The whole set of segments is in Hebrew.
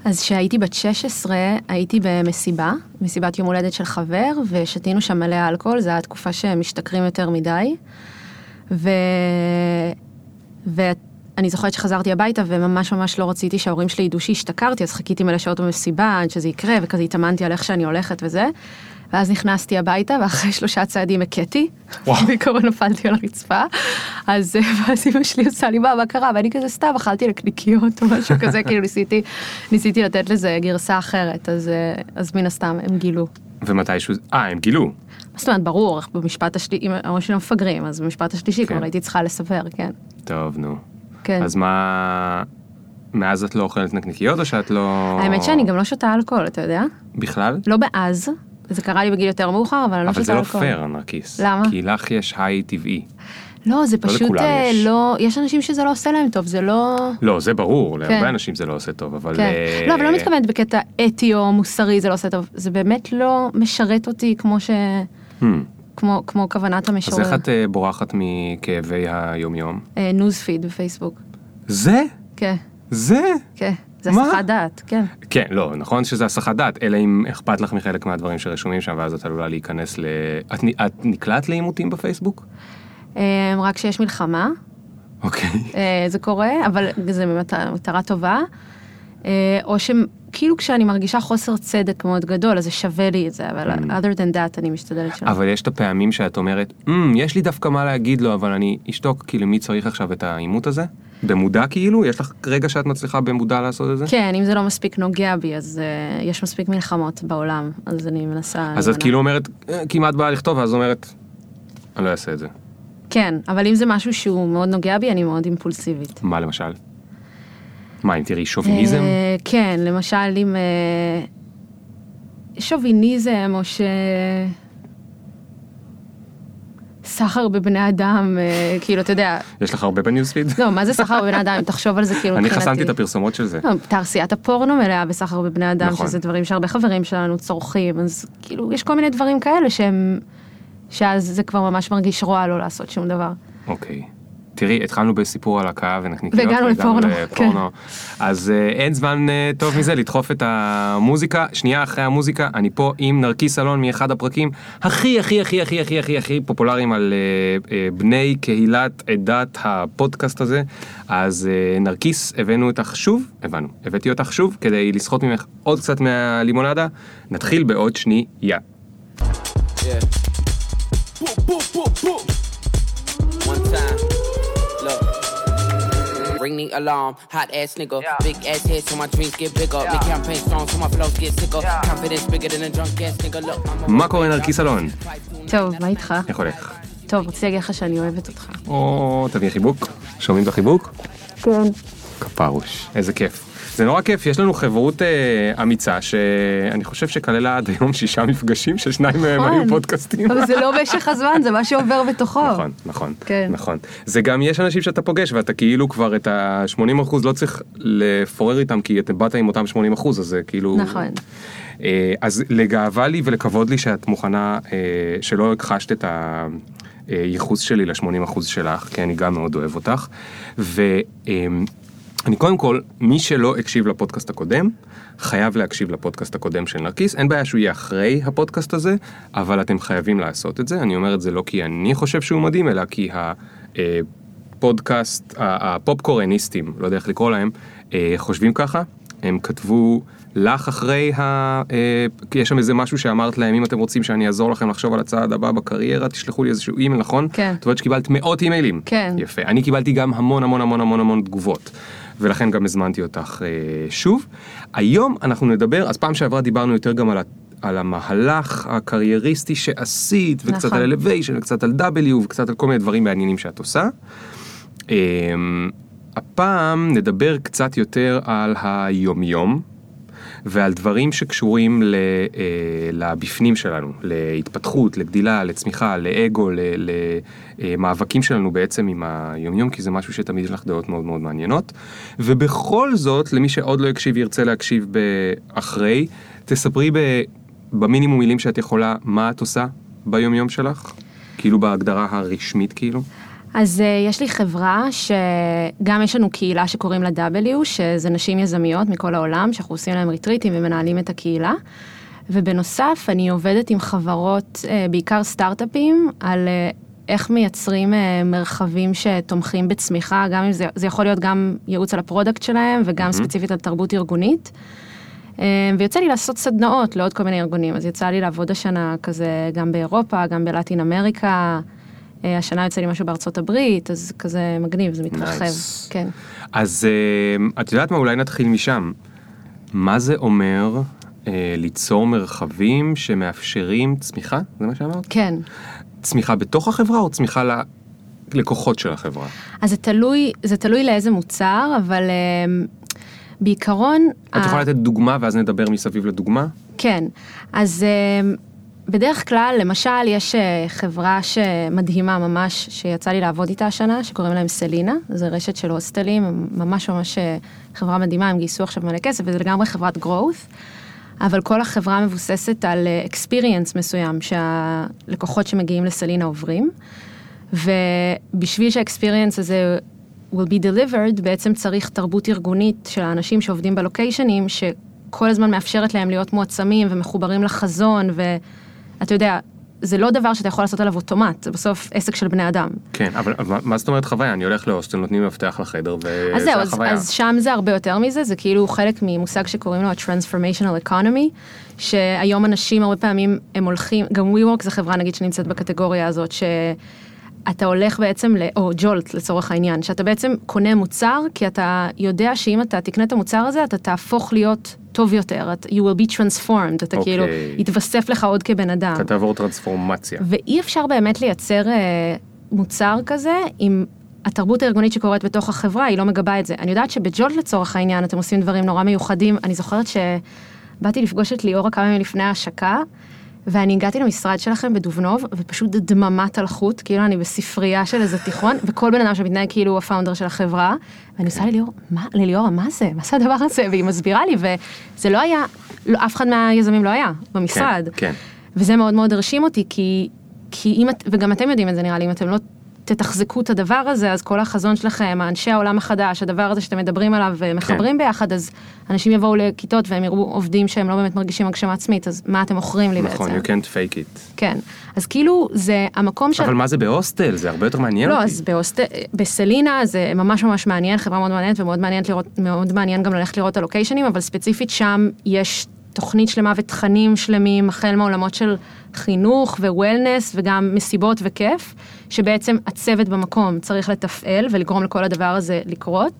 אז כשהייתי בת 16, הייתי במסיבת יום הולדת של חבר, ושתינו שם מלא אלכוהול, זו התקופה שמשתכרים יותר מדי. ואני זוכרת שחזרתי הביתה, וממש ממש לא רציתי שההורים שלי ידעו שהשתכרתי, אז חיכיתי מלא שעות במסיבה, עד שזה יקרה, וכזה התאמנתי על איך שאני הולכת וזה. ואז נכנסתי הביתה, ואחרי 3 צעדים הכיתי, בעיקרון נפלתי על הרצפה, אז אמא שלי עושה לי, מה קרה? ואני כזה סתם, אכלתי לקניקיות או משהו כזה, כאילו ניסיתי לתת לזה גרסה אחרת, אז מן הסתם הם גילו. ומתישהו, הם גילו? זאת אומרת, ברור, במשפט השלישי, אמרו שהם מפגרים, אז במשפט השלישי כבר הייתי צריכה לספר, כן. טוב, נו. כן. אז מה... מאז את לא אוכלת נקניקיות או שאת לא... האמת שאני גם לא שותה אלכוהול, אתה יודע? בכלל? לא באז. זה קרה לי בגיל יותר מאוחר, אבל אני לא שותה אלכוהול. אבל זה לא פייר, נרקיס. למה? כי לך יש היי טבעי. לא, זה פשוט לא... יש אנשים שזה לא עושה להם טוב, זה לא... לא, זה ברור, להרבה אנשים זה לא עושה טוב, אבל... לא, אבל לא מתכוונת בקטע אתי או מוסרי, זה לא עושה טוב. זה באמת לא משרת אותי כמו כמו כוונת המשורר. אז איך את בורחת מכאבי היום-יום? ניוזפיד בפייסבוק. זה? כן. זה? כן. זה הסחת דעת, כן. כן, לא, נכון שזה הסחת דעת, אלא אם אכפת לך מחלק מהדברים שרשומים שם, ואז את עלולה להיכנס ל... את נקלעת לעימותים בפייסבוק? רק שיש מלחמה. אוקיי. זה קורה, אבל זה מטרה טובה. או שכאילו כשאני מרגישה חוסר צדק מאוד גדול, אז זה שווה לי את זה, אבל other than that אני משתדלת שלא. אבל יש את הפעמים שאת אומרת, יש לי דווקא מה להגיד לו, אבל אני אשתוק, כאילו מי צריך עכשיו את העימות הזה? במודע כאילו? יש לך רגע שאת מצליחה במודע לעשות את זה? כן, אם זה לא מספיק נוגע בי, אז יש מספיק מלחמות בעולם, אז אני מנסה... אז את כאילו אומרת, כמעט באה לכתוב, אז אומרת, אני לא אעשה את זה. כן, אבל אם זה משהו שהוא מאוד נוגע בי, אני מאוד אימפולסיבית. מה למשל? מה, אם תראי שוביניזם? כן, למשל אם שוביניזם או סחר בבני אדם, כאילו, אתה יודע... יש לך הרבה בניוזפיד? לא, מה זה סחר בבני אדם? תחשוב על זה כאילו... אני חסמתי את הפרסומות של זה. תעשיית הפורנו מלאה בסחר בבני אדם, שזה דברים שהרבה חברים שלנו צורכים, אז כאילו, יש כל מיני דברים כאלה שאז זה כבר ממש מרגיש רוע לא לעשות שום דבר. אוקיי. תראי, התחלנו בסיפור על הקאה ונקניקיות. והגענו לפורנו, כן. אז אין זמן טוב מזה לדחוף את המוזיקה. שנייה אחרי המוזיקה, אני פה עם נרקיס אלון מאחד הפרקים הכי פופולריים על בני קהילת עדת הפודקאסט הזה. אז נרקיס, הבאתי אותך שוב כדי לסחוט ממך עוד קצת מהלימונדה. נתחיל בעוד שנייה. One time, look. Ring the alarm, hot ass nigga. Big ass head so my dreams get bigger. Make campaign songs so my flows get sicker. Confidence bigger than a drunk ass nigga. Look, מה קורה נרקיס אלון? טוב, מה איתך? איך הולך? טוב, רציתי להגיד לך שאני אוהבת אותך. תביא חיבוק. שומעים את החיבוק? כן. כפרוש, איזה כיף. זה נורא כיף, יש לנו חברות אמיצה, שאני חושב שכללה עד היום 6 מפגשים, ששניים מהם היו פודקאסטים. אבל זה לא משך הזמן, זה מה שעובר בתוכו. נכון. זה גם יש אנשים שאתה פוגש, ואתה כאילו כבר את ה-80% לא צריך לפורר איתם, כי אתה באת עם אותם 80%, אז זה כאילו... נכון. אז לגאווה לי ולכבוד לי שאת מוכנה, שלא הכחשת את הייחוס שלי ל-80% שלך, כי אני גם מאוד אוהב אותך, אני קודם כל, מי שלא הקשיב לפודקאסט הקודם, חייב להקשיב לפודקאסט הקודם של נרקיס. אין בעיה שהוא יהיה אחרי הפודקאסט הזה, אבל אתם חייבים לעשות את זה. אני אומר את זה לא כי אני חושב שהוא מדהים, אלא כי הפודקאסט, הפופקורניסטים, לא יודע איך לקרוא להם, חושבים ככה. הם כתבו לך אחרי יש שם איזה משהו שאמרת להם, אם אתם רוצים שאני אעזור לכם לחשוב על הצעד הבא בקריירה, תשלחו לי איזשהו אימייל, נכון? כן. זאת אומרת שקיבלת מאות אימיילים. כן. יפה. אני קיבלתי גם המון תגובות. ולכן גם הזמנתי אותך שוב. היום אנחנו נדבר, אז פעם שעברה דיברנו יותר גם על המהלך הקרייריסטי שעשית, וקצת על elevation, וקצת על W, וקצת על כל מיני דברים מעניינים שאת עושה. הפעם נדבר קצת יותר על היומיום, ועל דברים שקשורים לבפנים שלנו, להתפתחות, לגדילה, לצמיחה, לאגו, למאבקים שלנו בעצם עם היומיום, כי זה משהו שתמיד יש לך דעות מאוד מאוד מעניינות. ובכל זאת, למי שעוד לא הקשיב ירצה להקשיב באחרי, תספרי במינימום מילים שאת יכולה, מה את עושה ביומיום שלך? כאילו בהגדרה הרשמית כאילו? אז יש לי חברה שגם יש לנו קהילה שקוראים לה W, שזה נשים יזמיות מכל העולם, שאנחנו עושים להם ריטריטים ומנהלים את הקהילה. ובנוסף, אני עובדת עם חברות, בעיקר סטארט-אפים, על איך מייצרים מרחבים שתומכים בצמיחה, גם אם זה יכול להיות גם ייעוץ על הפרודקט שלהם, וגם ספציפית על תרבות ארגונית. ויוצא לי לעשות סדנאות לעוד כל מיני ארגונים, אז יצא לי לעבוד השנה כזה גם באירופה, גם בלטין אמריקה, השנה יוצא לי משהו בארצות הברית, אז כזה מגניב, זה מתרחב. כן. אז את יודעת מה, אולי נתחיל משם. מה זה אומר ליצור מרחבים שמאפשרים צמיחה? זה מה שאמרת? כן. צמיחה בתוך החברה או צמיחה ללקוחות של החברה? אז זה תלוי לאיזה מוצר, אבל בעיקרון... את יכולה לתת דוגמה ואז נדבר מסביב לדוגמה? כן. אז בדרך כלל, למשל, יש חברה שמדהימה ממש, שיצא לי לעבוד איתה השנה, שקוראים להם סלינה, זה רשת של הוסטלים, ממש חברה מדהימה, הם גייסו עכשיו מלא כסף, וזה לגמרי חברת growth, אבל כל החברה מבוססת על experience מסוים, שהלקוחות שמגיעים לסלינה עוברים, ובשביל שהאקספיריאנס הזה will be delivered, בעצם צריך תרבות ארגונית של האנשים שעובדים בלוקיישנים, שכל הזמן מאפשרת להם להיות מועצמים ומחוברים לחזון, ואתה יודע, זה לא דבר שאתה יכול לעשות עליו אוטומט, זה בסוף עסק של בני אדם. כן, אבל מה זאת אומרת חוויה? אני הולך להוסטל, נותנים מפתח לחדר, וזה החוויה. אז שם זה הרבה יותר מזה, זה כאילו חלק ממושג שקוראים לו ה-Transformational Economy, שהיום אנשים הרבה פעמים הם הולכים, גם WeWork זה חברה נגיד שנמצאת בקטגוריה הזאת, אתה הולך בעצם, או ג'ולט לצורך העניין, שאתה בעצם קונה מוצר, כי אתה יודע שאם אתה תקנה את המוצר הזה, אתה תהפוך להיות טוב יותר, you will be transformed, אתה כאילו, יתווסף לך עוד כבן אדם. אתה תעבור טרנספורמציה. ואי אפשר באמת לייצר מוצר כזה, אם התרבות הארגונית שקורית בתוך החברה, היא לא מגבה את זה. אני יודעת שבג'ולט לצורך העניין, אתם עושים דברים נורא מיוחדים, אני זוכרת שבאתי לפגוש את ליאורה כמה ימים לפני ההשקה, ואני הגעתי למשרד שלכם בדובנוב, ופשוט דממת על חוט, כאילו אני בספרייה של איזה תיכון, וכל בן אדם שמתנהג כאילו הפאונדר של החברה, ואני עושה לליאורה, מה זה? מה זה הדבר הזה? והיא מסבירה לי, וזה לא היה, אף אחד מהיזמים לא היה במשרד. כן. וזה מאוד מאוד הרשים אותי, כי אם, וגם אתם יודעים את זה נראה לי, אם אתם לא תתחזקו את הדבר הזה, אז כל החזון שלכם, האנשי העולם החדש, הדבר הזה שאתם מדברים עליו ומחברים ביחד, אז אנשים יבואו לכיתות והם יראו עובדים שהם לא באמת מרגישים הגשמה עצמית, אז מה אתם מוכרים לי בעצם? נכון, you can't fake it. כן, אז כאילו זה המקום של... אבל מה זה בהוסטל? זה הרבה יותר מעניין אותי. לא, אז בסלינה זה ממש ממש מעניין, חברה מאוד מעניינת ומאוד מעניין גם ללכת לראות הלוקיישנים, אבל ספציפית שם יש תוכנית שלמה ותכנים שלמים, החל מעולמות של חינוך ווולנס וגם מסיבות וכיף, שבעצם הצוות במקום צריך לתפעל ולגרום לכל הדבר הזה לקרות.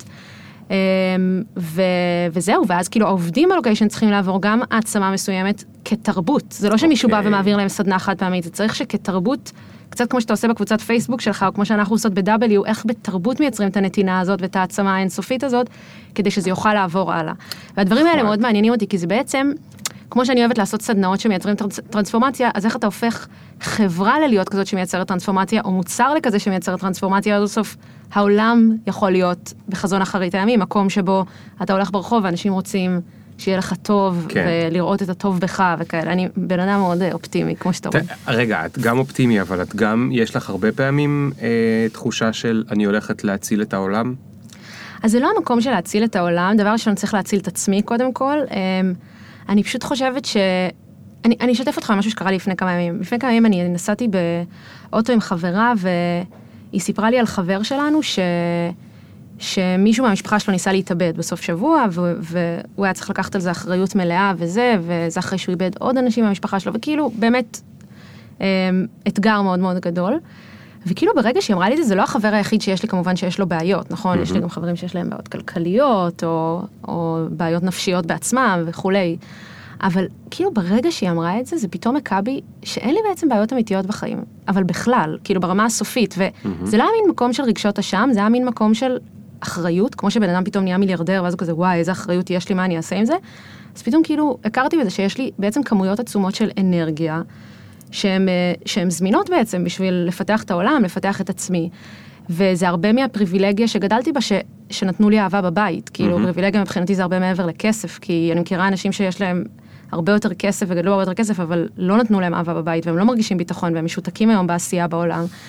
וזהו, ואז כאילו העובדים בלוקיישן צריכים לעבור גם העצמה מסוימת כתרבות. זה לא שמישהו בא ומעביר להם סדנה חד פעמית, זה צריך שכתרבות, קצת כמו שאתה עושה בקבוצת פייסבוק שלך, או כמו שאנחנו עושות ב-W, איך בתרבות מייצרים את הנתינה הזאת ואת העצמה האינסופית הזאת, כדי שזה יוכל לעבור הלאה. והדברים האלה מאוד מעניינים אותי, כי זה בעצם, כמו שאני אוהבת לעשות סדנאות שמייצרים טרנספורמציה, אז איך אתה הופך חברה ללהיות כזאת שמייצרת טרנספורמציה, או מוצר לכזה שמייצרת טרנספורמציה, אז בסוף העולם יכול להיות בחזון אחרית הימים, מקום שבו אתה הולך ברחוב ואנשים רוצים שיהיה לך טוב, ולראות את הטוב בך וכאלה. אני בן אדם מאוד אופטימי, כמו שאתה רואה. רגע, את גם אופטימי, אבל את גם, יש לך הרבה פעמים תחושה של אני הולכת להציל את העולם? אז זה לא המקום של להציל את העולם, דבר ראשון צריך להציל את עצמי קודם כל. אני פשוט חושבת אני אשתף אותך במשהו שקרה לי לפני כמה ימים. לפני כמה ימים אני נסעתי באוטו עם חברה, והיא סיפרה לי על חבר שלנו שמישהו מהמשפחה שלו ניסה להתאבד בסוף שבוע, והוא היה צריך לקחת על זה אחריות מלאה וזה אחרי שהוא איבד עוד אנשים מהמשפחה שלו, וכאילו באמת אתגר מאוד מאוד גדול. וכאילו ברגע שהיא אמרה לי זה לא החבר היחיד שיש לי כמובן שיש לו בעיות, נכון? יש לי גם חברים שיש להם בעיות כלכליות, או בעיות נפשיות בעצמם וכולי. אבל כאילו ברגע שהיא אמרה את זה, זה פתאום מקבי שאין לי בעצם בעיות אמיתיות בחיים, אבל בכלל, כאילו ברמה הסופית, וזה לא היה מין מקום של רגשות אשם, זה היה מין מקום של אחריות, כמו שבן אדם פתאום נהיה מיליארדר, ואז הוא כזה, וואי, איזה אחריות יש לי, מה אני אעשה עם זה? אז פתאום כאילו הכרתי בזה שיש לי בעצם כמויות עצומות של אנרגיה, שהן זמינות בעצם בשביל לפתח את העולם, לפתח את עצמי. וזה הרבה מהפריבילגיה שגדלתי בה, שנתנו לי אהבה בבית. כאילו, פריבילגיה מבחינתי זה הרבה מעבר לכסף, כי אני מכירה אנשים שיש להם הרבה יותר כסף וגדלו הרבה יותר כסף, אבל לא נתנו להם אהבה בבית, והם לא מרגישים ביטחון, והם משותקים היום בעשייה בעולם.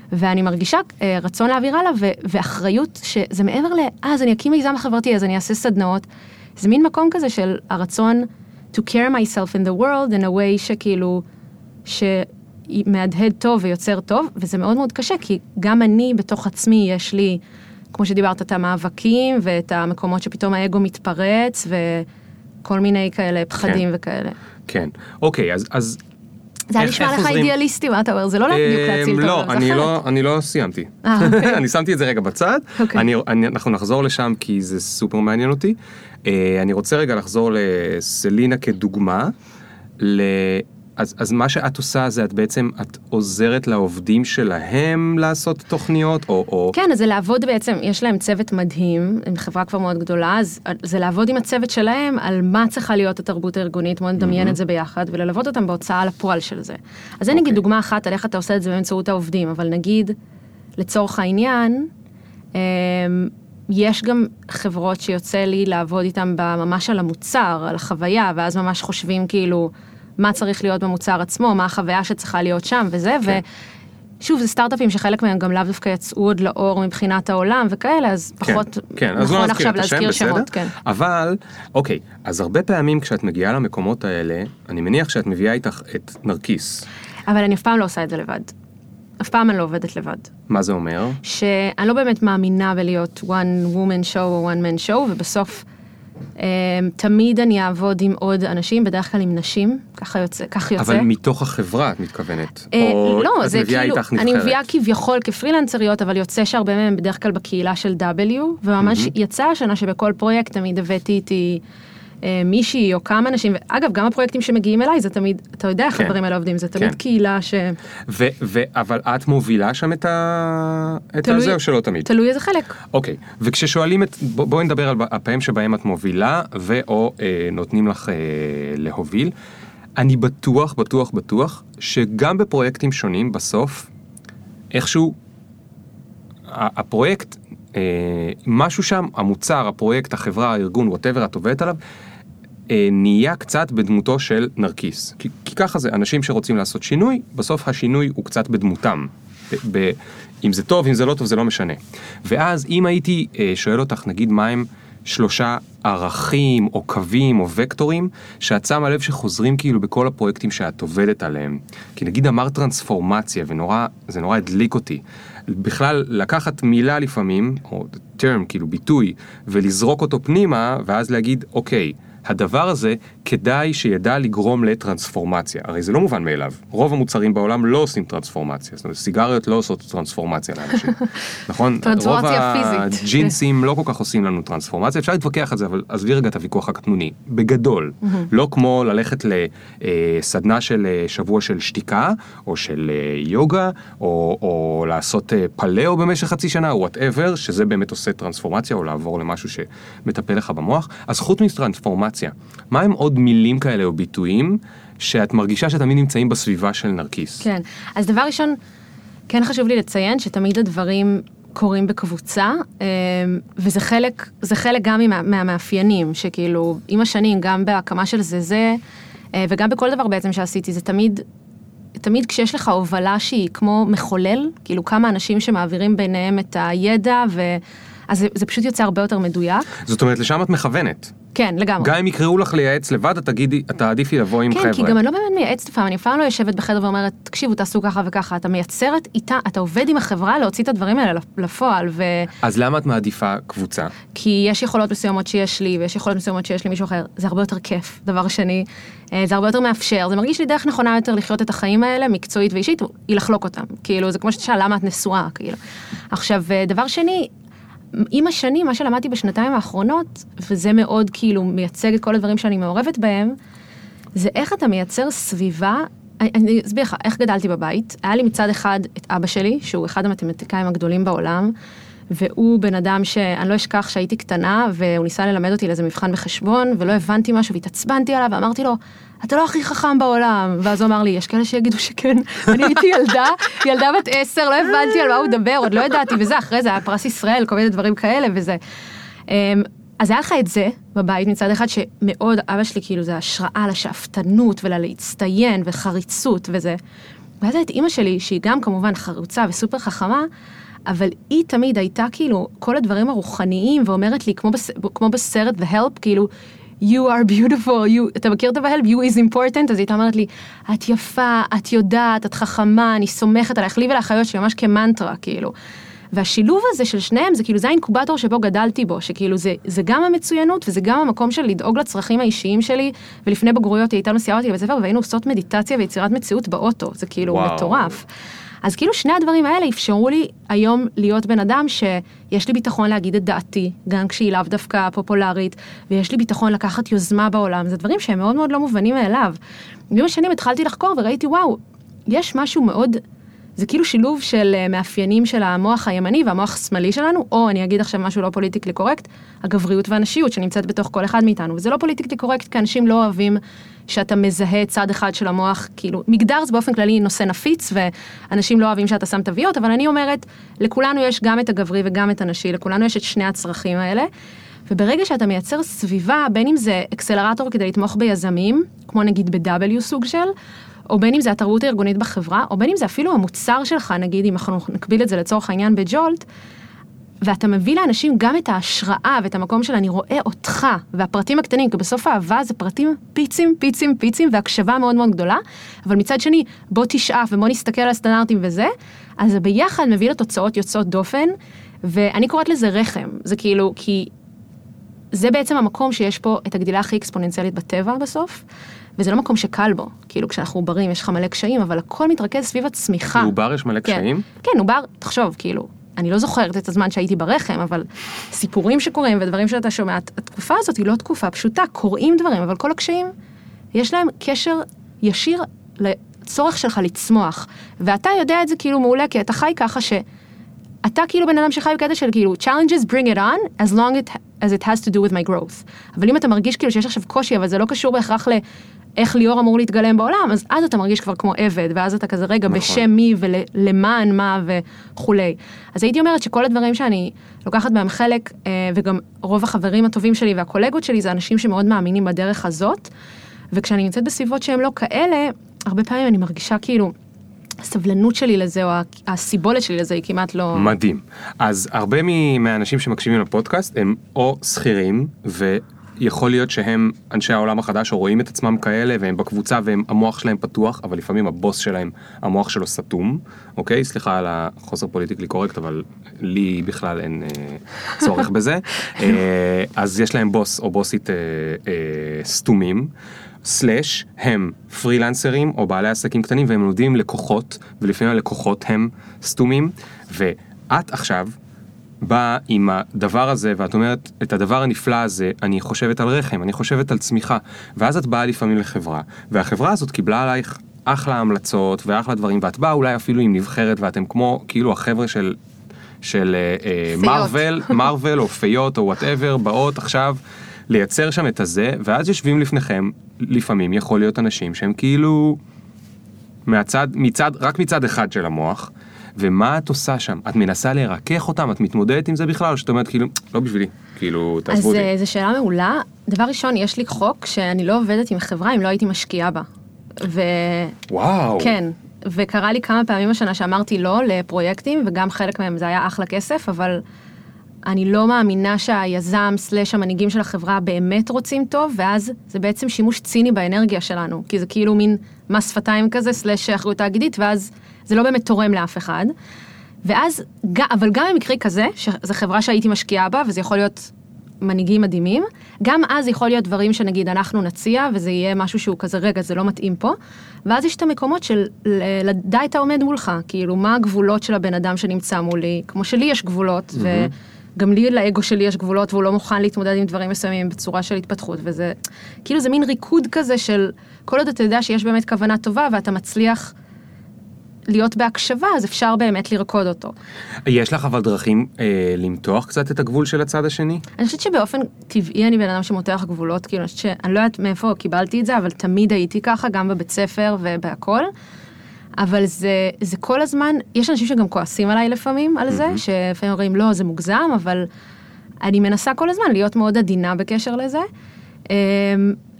ואני מרגישה רצון להעביר הלאה, ואחריות שזה מעבר אז אני אקים מיזם חברתי, אז אני אעשה סדנאות. זה מין מקום כזה של הרצון to care myself in the world in a way שכאילו, שמהדהד טוב ויוצר טוב, וזה מאוד מאוד קשה, כי גם אני בתוך עצמי יש לי, כמו שדיברת, את המאבקים, ואת המקומות שפתאום האגו מתפרץ, וכל מיני כאלה פחדים וכאלה. כן, אוקיי, אז זה היה נשמע לך אידיאליסטי, מה אתה אומר? זה לא בדיוק להציל את לא, אני לא סיימתי. אני שמתי את זה רגע בצד, אנחנו נחזור לשם כי זה סופר מעניין אותי. אני רוצה רגע לחזור לסלינה כדוגמה, אז מה שאת עושה זה את עוזרת לעובדים שלהם לעשות תוכניות, או... כן, אז זה לעבוד בעצם, יש להם צוות מדהים, עם חברה כבר מאוד גדולה, אז זה לעבוד עם הצוות שלהם על מה צריכה להיות התרבות הארגונית, מאוד לדמיין את זה ביחד, וללוות אותם בהוצאה לפועל של זה. אז זה נגיד דוגמה אחת על איך אתה עושה את זה באמצעות העובדים, אבל נגיד, לצורך העניין, יש גם חברות שיוצא לי לעבוד איתם ממש על המוצר, על החוויה, ואז ממש חושבים כאילו, מה צריך להיות במוצר עצמו, מה החוויה שצריכה להיות שם וזה, כן. ושוב, זה סטארט-אפים שחלק מהם גם לאו דווקא יצאו עוד לאור מבחינת העולם וכאלה, אז פחות כן, נכון עכשיו להזכיר שמות. כן. אבל, אוקיי, אז הרבה פעמים כשאת מגיעה למקומות האלה, אני מניח שאת מביאה איתך את נרקיס. אבל אני אף פעם לא עושה את זה לבד. אף פעם אני לא עובדת לבד. מה זה אומר? שאני לא באמת מאמינה בלהיות one woman show או one man show, ובסוף תמיד אני אעבוד עם עוד אנשים, בדרך כלל עם נשים, כך יוצא. אבל מתוך החברה את מתכוונת? לא, זה כאילו, אני מביאה כביכול כפרילנסריות, אבל יוצא שהרבה מהם בדרך כלל בקהילה של W, וממש יצא השנה שבכל פרויקט תמיד הבאתי איתי מישהי או כמה אנשים, ואגב, גם הפרויקטים שמגיעים אליי, זה תמיד, אתה יודע איך הדברים האלה עובדים, זה תמיד קהילה ש... אבל את מובילה שם את זה או שלא תמיד? תלוי איזה חלק. אוקיי, וכששואלים בואי נדבר על הפעמים שבהם את מובילה, או נותנים לך להוביל, אני בטוח שגם בפרויקטים שונים בסוף, איכשהו, הפרויקט, משהו שם, המוצר, הפרויקט, החברה, הארגון, whatever, את עובדת עליו, נהיה קצת בדמותו של נרקיס. כי ככה זה, אנשים שרוצים לעשות שינוי, בסוף השינוי הוא קצת בדמותם. אם זה טוב, אם זה לא טוב, זה לא משנה. ואז אם הייתי שואל אותך, נגיד מה הם 3 ערכים או קווים או וקטורים, שאת שמה לב שחוזרים כאילו בכל הפרויקטים שאת עובדת עליהם. כי נגיד אמר טרנספורמציה, וזה נורא הדליק אותי. בכלל לקחת מילה לפעמים, או term, כאילו ביטוי, ולזרוק אותו פנימה, ואז להגיד, אוקיי, הדבר הזה כדאי שידע לגרום לטרנספורמציה. הרי זה לא מובן מאליו. רוב המוצרים בעולם לא עושים טרנספורמציה. זאת אומרת, סיגריות לא עושות טרנספורמציה לאנשים. נכון? טרנספורמציה פיזית. רוב הג'ינסים לא כל כך עושים לנו טרנספורמציה. אפשר להתווכח על זה, אבל עזבי רגע את הוויכוח הקטנוני. בגדול. לא כמו ללכת לסדנה של שבוע של שתיקה, או של יוגה, או לעשות פלאו במשך חצי שנה, או whatever, שזה באמת עושה טרנספורמציה, או לעבור למשהו שמטפל לך במוח. אז חוץ מטרנספורמציה, מה הם עוד מילים כאלה או ביטויים שאת מרגישה שתמיד נמצאים בסביבה של נרקיס? כן, אז דבר ראשון, כן חשוב לי לציין שתמיד הדברים קורים בקבוצה, וזה חלק גם מהמאפיינים, שכאילו עם השנים, גם בהקמה של זה, וגם בכל דבר בעצם שעשיתי, זה תמיד כשיש לך הובלה שהיא כמו מחולל, כאילו כמה אנשים שמעבירים ביניהם את הידע, אז זה פשוט יוצא הרבה יותר מדויק. זאת אומרת, לשם את מכוונת. כן, לגמרי. גם אם יקראו לך לייעץ לבד, אתה עדיפי לבוא עם חבר'ה. כן, כי גם אני לא באמת מייעצת לפעמים, אני פעם לא יושבת בחדר ואומרת, תקשיבו, תעשו ככה וככה, אתה מייצרת איתה, אתה עובד עם החברה להוציא את הדברים האלה לפועל, אז למה את מעדיפה קבוצה? כי יש יכולות מסוימות שיש לי, ויש יכולות מסוימות שיש לי מישהו אחר, זה הרבה יותר כיף, דבר שני, זה הרבה יותר מאפשר, זה מרגיש לי דרך נכונה יותר לחיות את החיים האלה, מקצועית ואישית, היא לחלוק אותם, כאילו, זה כמו שתשאל, למה את נשואה, כאילו. עכשיו, דבר שני, עם השנים, מה שלמדתי בשנתיים האחרונות, וזה מאוד כאילו מייצג את כל הדברים שאני מעורבת בהם, זה איך אתה מייצר סביבה, אני אסביר לך, איך גדלתי בבית, היה לי מצד אחד את אבא שלי, שהוא אחד המתמטיקאים הגדולים בעולם, והוא בן אדם שאני לא אשכח שהייתי קטנה, והוא ניסה ללמד אותי לאיזה מבחן בחשבון, ולא הבנתי משהו, והתעצבנתי עליו, ואמרתי לו, אתה לא הכי חכם בעולם, ואז הוא אמר לי, יש כאלה שיגידו שכן, אני הייתי ילדה בת 10, לא הבנתי על מה הוא מדבר, עוד לא ידעתי, וזה, אחרי זה היה פרס ישראל, כל מיני דברים כאלה, וזה. אז היה לך את זה בבית מצד אחד, שמאוד, אבא שלי כאילו זה השראה לשאפתנות, ולהצטיין, וחריצות, וזה. ואז את אמא שלי, שהיא גם כמובן חרוצה וסופר חכמה, אבל היא תמיד הייתה כאילו, כל הדברים הרוחניים, ואומרת לי, כמו בסרט The Help, כאילו, you are beautiful, אתה מכיר את ה-Help? You is important, אז היא אומרת לי, את יפה, את יודעת, את חכמה, אני סומכת עליך, לי ולאחיות שלי, ממש כמנטרה, כאילו. והשילוב הזה של שניהם, זה כאילו, זה האינקובטור שבו גדלתי בו, שכאילו זה גם המצוינות, וזה גם המקום של לדאוג לצרכים האישיים שלי, ולפני בגרויות היא הייתה מסיעה אותי לבית ספר, והיינו עושות מדיטציה ויצירת מציאות באוטו, זה כאילו מטורף. אז כאילו שני הדברים האלה אפשרו לי היום להיות בן אדם שיש לי ביטחון להגיד את דעתי, גם כשהיא לאו דווקא פופולרית, ויש לי ביטחון לקחת יוזמה בעולם, זה דברים שהם מאוד מאוד לא מובנים מאליו. ועם השנים התחלתי לחקור וראיתי, וואו, יש משהו מאוד, זה כאילו שילוב של מאפיינים של המוח הימני והמוח השמאלי שלנו, או אני אגיד עכשיו משהו לא פוליטיקלי קורקט, הגבריות והנשיות שנמצאת בתוך כל אחד מאיתנו, וזה לא פוליטיקלי קורקט, כי אנשים לא אוהבים שאתה מזהה צד אחד של המוח, כאילו, מגדר זה באופן כללי נושא נפיץ, ואנשים לא אוהבים שאתה שם תוויות, אבל אני אומרת, לכולנו יש גם את הגברי וגם את הנשי, לכולנו יש את שני הצרכים האלה, וברגע שאתה מייצר סביבה, בין אם זה אקסלרטור כדי לתמוך ביזמים, כמו נגיד ב-W סוג של, או בין אם זה התרבות הארגונית בחברה, או בין אם זה אפילו המוצר שלך, נגיד, אם אנחנו נקביל את זה לצורך העניין בג'ולט, ואתה מביא לאנשים גם את ההשראה ואת המקום של אני רואה אותך, והפרטים הקטנים, כי בסוף האהבה זה פרטים פיצים, פיצים, פיצים, והקשבה מאוד מאוד גדולה, אבל מצד שני, בוא תשאף ובוא נסתכל על הסטנדרטים וזה, אז זה ביחד מביא לתוצאות יוצאות דופן, ואני קוראת לזה רחם, זה כאילו, כי זה בעצם המקום שיש פה את הגדילה הכי אקספוננציאלית בטבע בסוף, וזה לא מקום שקל בו, כאילו כשאנחנו עוברים יש לך מלא קשיים, אבל הכל מתרכז סביב הצמיחה. לעובר יש מלא קשיים? כן, עובר, תחשוב, כאילו, אני לא זוכרת את הזמן שהייתי ברחם, אבל סיפורים שקורים ודברים שאתה שומע, התקופה הזאת היא לא תקופה פשוטה, קוראים דברים, אבל כל הקשיים, יש להם קשר ישיר לצורך שלך לצמוח, ואתה יודע את זה כאילו מעולה, כי אתה חי ככה אתה כאילו בן אדם שחי בקטע של כאילו, challenges bring it on, as long as it has to do with my growth. אבל אם אתה מרגיש כאילו שיש עכשיו קושי, אבל זה לא קשור בהכרח לאיך ליאור אמור להתגלם בעולם, אז אתה מרגיש כבר כמו עבד, ואז אתה כזה רגע בשם מי ולמען מה וכולי. אז הייתי אומרת שכל הדברים שאני לוקחת בהם חלק, וגם רוב החברים הטובים שלי והקולגות שלי, זה אנשים שמאוד מאמינים בדרך הזאת, וכשאני נמצאת בסביבות שהם לא כאלה, הרבה פעמים אני מרגישה כאילו, הסבלנות שלי לזה, או הסיבולת שלי לזה, היא כמעט לא... מדהים. אז הרבה מהאנשים שמקשיבים לפודקאסט, הם או שכירים, ויכול להיות שהם אנשי העולם החדש, או רואים את עצמם כאלה, והם בקבוצה, והמוח שלהם פתוח, אבל לפעמים הבוס שלהם, המוח שלו סתום, אוקיי? סליחה על החוסר פוליטיקלי קורקט, אבל לי בכלל אין צורך בזה. אז יש להם בוס או בוסית סתומים, סלש, הם פרילנסרים או בעלי עסקים קטנים, והם נותנים לקוחות, ולפעמים הלקוחות הם סתומים, ואת עכשיו באה עם הדבר הזה, ואת אומרת, את הדבר הנפלא הזה, אני חושבת על רחם, אני חושבת על צמיחה, ואז את באה לפעמים לחברה, והחברה הזאת קיבלה עלייך אחלה המלצות, ואחלה דברים, ואת באה אולי אפילו עם נבחרת, ואתם כמו, כאילו החבר'ה של מרוול, או פיות, או whatever, באות עכשיו, לייצר שם את הזה, ואז יושבים לפניכם, לפעמים יכול להיות אנשים שהם כאילו רק מצד אחד של המוח, ומה את עושה שם? את מנסה להירקח אותם? את מתמודדת עם זה בכלל? או שאת אומרת כאילו, לא בשבילי, כאילו, תעזבו אותי. אז זו שאלה מעולה. דבר ראשון, יש לי חוק שאני לא עובדת עם חברה אם לא הייתי משקיעה בה. וואו. כן, וקרה לי כמה פעמים השנה שאמרתי לא לפרויקטים, וגם חלק מהם זה היה אחלה כסף, אבל אני לא מאמינה שהיזם סלש המנהיגים של החברה באמת רוצים טוב, ואז זה בעצם שימוש ציני באנרגיה שלנו, כי זה כאילו מין מס שפתיים כזה, סלש אחריות תאגידית, ואז זה לא באמת תורם לאף אחד. ואז, אבל גם במקרה כזה, שזו חברה שהייתי משקיעה בה, וזה יכול להיות מנהיגים מדהימים, גם אז יכול להיות דברים שנגיד אנחנו נציע, וזה יהיה משהו שהוא כזה, רגע, זה לא מתאים פה, ואז יש את המקומות של לדעת העומד מולך, כאילו מה הגבולות של הבן אדם שנמצא מולי, כמו שלי יש גבולות, גם לי לאגו שלי יש גבולות, והוא לא מוכן להתמודד עם דברים מסוימים בצורה של התפתחות, וזה, כאילו זה מין ריקוד כזה של, כל עוד אתה יודע שיש באמת כוונה טובה, ואתה מצליח להיות בהקשבה, אז אפשר באמת לרקוד אותו. יש לך אבל דרכים למתוח קצת את הגבול של הצד השני? אני חושבת שבאופן טבעי אני בן אדם שמותח גבולות, כאילו אני לא יודעת מאיפה קיבלתי את זה, אבל תמיד הייתי ככה, גם בבית ספר ובהכל, אבל זה כל הזמן, יש אנשים שגם כועסים עליי לפעמים על זה, שלפעמים אומרים, לא, זה מוגזם, אבל אני מנסה כל הזמן להיות מאוד עדינה בקשר לזה.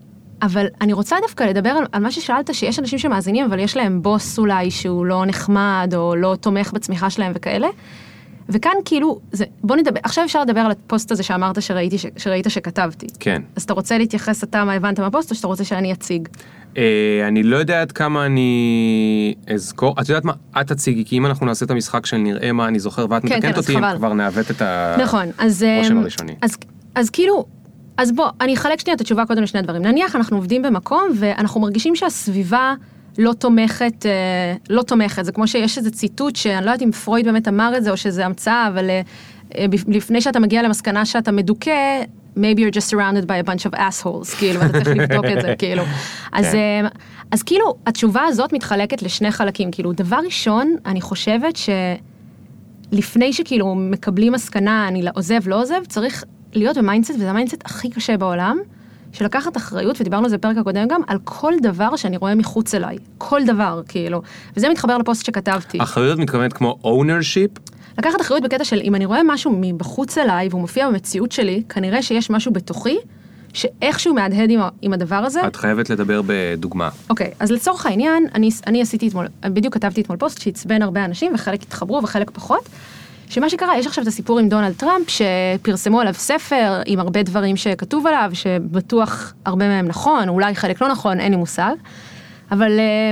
אבל אני רוצה דווקא לדבר על מה ששאלת, שיש אנשים שמאזינים, אבל יש להם בוס אולי שהוא לא נחמד, או לא תומך בצמיחה שלהם וכאלה. וכאן כאילו, בוא נדבר, עכשיו אפשר לדבר על הפוסט הזה שאמרת שראית שכתבתי. כן. אז אתה רוצה להתייחס אתה מה הבנת מהפוסט, או שאתה רוצה שאני אציג? אני לא יודע עד כמה אני אזכור, את יודעת מה, את תציגי, כי אם אנחנו נעשה את המשחק של נראה מה אני זוכר, ואת מתקנת אותי, אם כבר נעוות את הרושם הראשוני. אז כאילו, אז בוא, אני אחלק שנייה את התשובה קודם לשני דברים. נניח אנחנו עובדים במקום, ואנחנו מרגישים שהסביבה לא תומכת, זה כמו שיש איזה ציטוט, שאני לא יודעת אם פרויד באמת אמר את זה, או שזה המצאה, אבל לפני שאתה מגיע למסקנה שאתה מדוכא, maybe you're just surrounded by a bunch of assholes, כאילו, ואתה צריך לבדוק את זה, כאילו. אז כאילו, התשובה הזאת מתחלקת לשני חלקים, כאילו, דבר ראשון, אני חושבת שלפני שכאילו מקבלים מסקנה, אני עוזב, לא עוזב, צריך להיות במיינדסט, וזה המיינדסט הכי קשה בעולם, שלקחת אחריות, ודיברנו על זה בפרק הקודם גם, על כל דבר שאני רואה מחוץ אליי. כל דבר, כאילו. וזה מתחבר לפוסט שכתבתי. אחריות מתכוונת כמו ownership? לקחת אחריות בקטע של, אם אני רואה משהו מבחוץ אליי, והוא מופיע במציאות שלי, כנראה שיש משהו בתוכי, שאיכשהו מהדהד עם הדבר הזה. את חייבת לדבר בדוגמה. אוקיי, אז לצורך העניין, אני עשיתי אתמול, בדיוק כתבתי אתמול פוסט, שהצבן הרבה אנשים, וחלק התחברו וחלק פחות. שמה שקרה, יש עכשיו את הסיפור עם דונלד טראמפ, שפרסמו עליו ספר עם הרבה דברים שכתוב עליו, שבטוח הרבה מהם נכון, אולי חלק לא נכון, אין לי מושג. אבל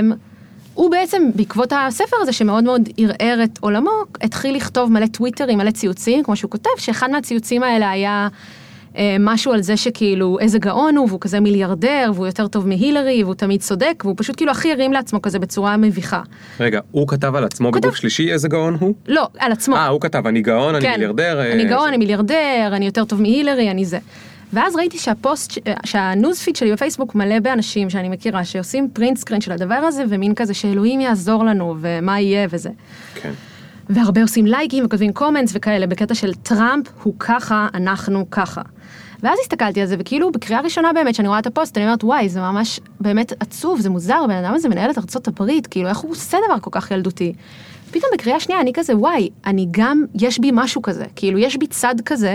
הוא בעצם, בעקבות הספר הזה, שמאוד מאוד ערער את עולמו, התחיל לכתוב מלא טוויטרים, מלא ציוצים, כמו שהוא כותב, שאחד מהציוצים האלה היה משהו על זה שכאילו איזה גאון הוא, והוא כזה מיליארדר, והוא יותר טוב מהילרי, והוא תמיד צודק, והוא פשוט כאילו הכי הרים לעצמו כזה בצורה מביכה. רגע, הוא כתב על עצמו בגוף שלישי איזה גאון הוא? לא, על עצמו. הוא כתב, אני גאון, אני מיליארדר. אני גאון, אני מיליארדר, אני יותר טוב מהילרי, אני זה. ואז ראיתי שהניוזפיד שלי בפייסבוק מלא באנשים שאני מכירה, שעושים פרינט סקרין של הדבר הזה, ומין כזה שאלוהים יעזור לנו, ומה יהיה וזה. כן. והרבה עושים לייקים וכותבים קומנטס וכאלה, בקטע של טראמפ הוא ככה, אנחנו ככה. ואז הסתכלתי על זה, וכאילו בקריאה ראשונה באמת, שאני רואה את הפוסט, אני אומרת, וואי, זה ממש באמת עצוב, זה מוזר, בן אדם הזה מנהל את ארצות הברית, כאילו, איך הוא עושה דבר כל כך ילדותי? פתאום בקריאה שנייה, אני כזה, וואי, אני גם, יש בי משהו כזה, כאילו, יש בי צד כזה,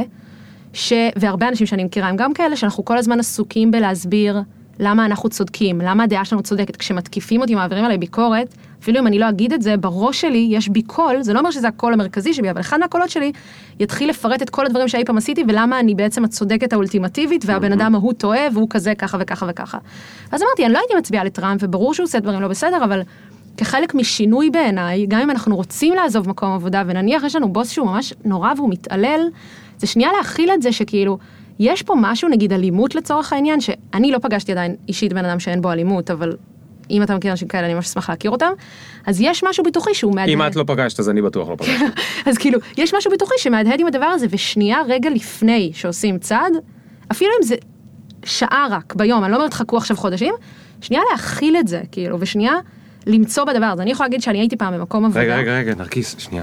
והרבה אנשים שאני מכירה, הם גם כאלה, שאנחנו כל הזמן עסוקים בלהסביר למה אנחנו צודקים, למה הדעה שלנו צודקת. כשמתקיפים אותי, מעבירים עליי ביקורת, אפילו אם אני לא אגיד את זה, בראש שלי יש בי קול, זה לא אומר שזה הקול המרכזי שבי, אבל אחד מהקולות שלי יתחיל לפרט את כל הדברים שהאי פעם עשיתי, ולמה אני בעצם הצודקת האולטימטיבית, והבן אדם ההוא טועה, והוא כזה ככה וככה וככה. אז אמרתי, אני לא הייתי מצביעה לטראמפ, וברור שהוא עושה דברים לא בסדר, אבל כחלק משינוי בעיניי, גם אם אנחנו רוצים לעזוב מקום עבודה, ונניח יש לנו בוס שהוא ממש נורא והוא מתעלל, זה שנייה להכיל את זה שכאילו, יש פה משהו, נגיד אלימות לצורך העניין, שאני לא פגשתי עדיין אישית בן אדם שאין בו אלימות, אבל אם אתה מכיר אנשים כאלה, אני ממש אשמח להכיר אותם, אז יש משהו בתוכי שהוא מהדהד. אם את לא פגשת, אז אני בטוח לא פגשת. אז כאילו, יש משהו בתוכי שמהדהד עם הדבר הזה, ושנייה רגע לפני שעושים צעד, אפילו אם זה שעה רק ביום, אני לא אומרת חכו עכשיו חודשים, שנייה להכיל את זה, כאילו, ושנייה למצוא בדבר הזה. אני יכולה להגיד שאני הייתי פעם במקום עבודה. רגע, נרקיס, שנייה.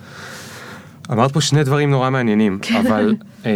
אמרת פה שני דברים נורא מעניינים, אבל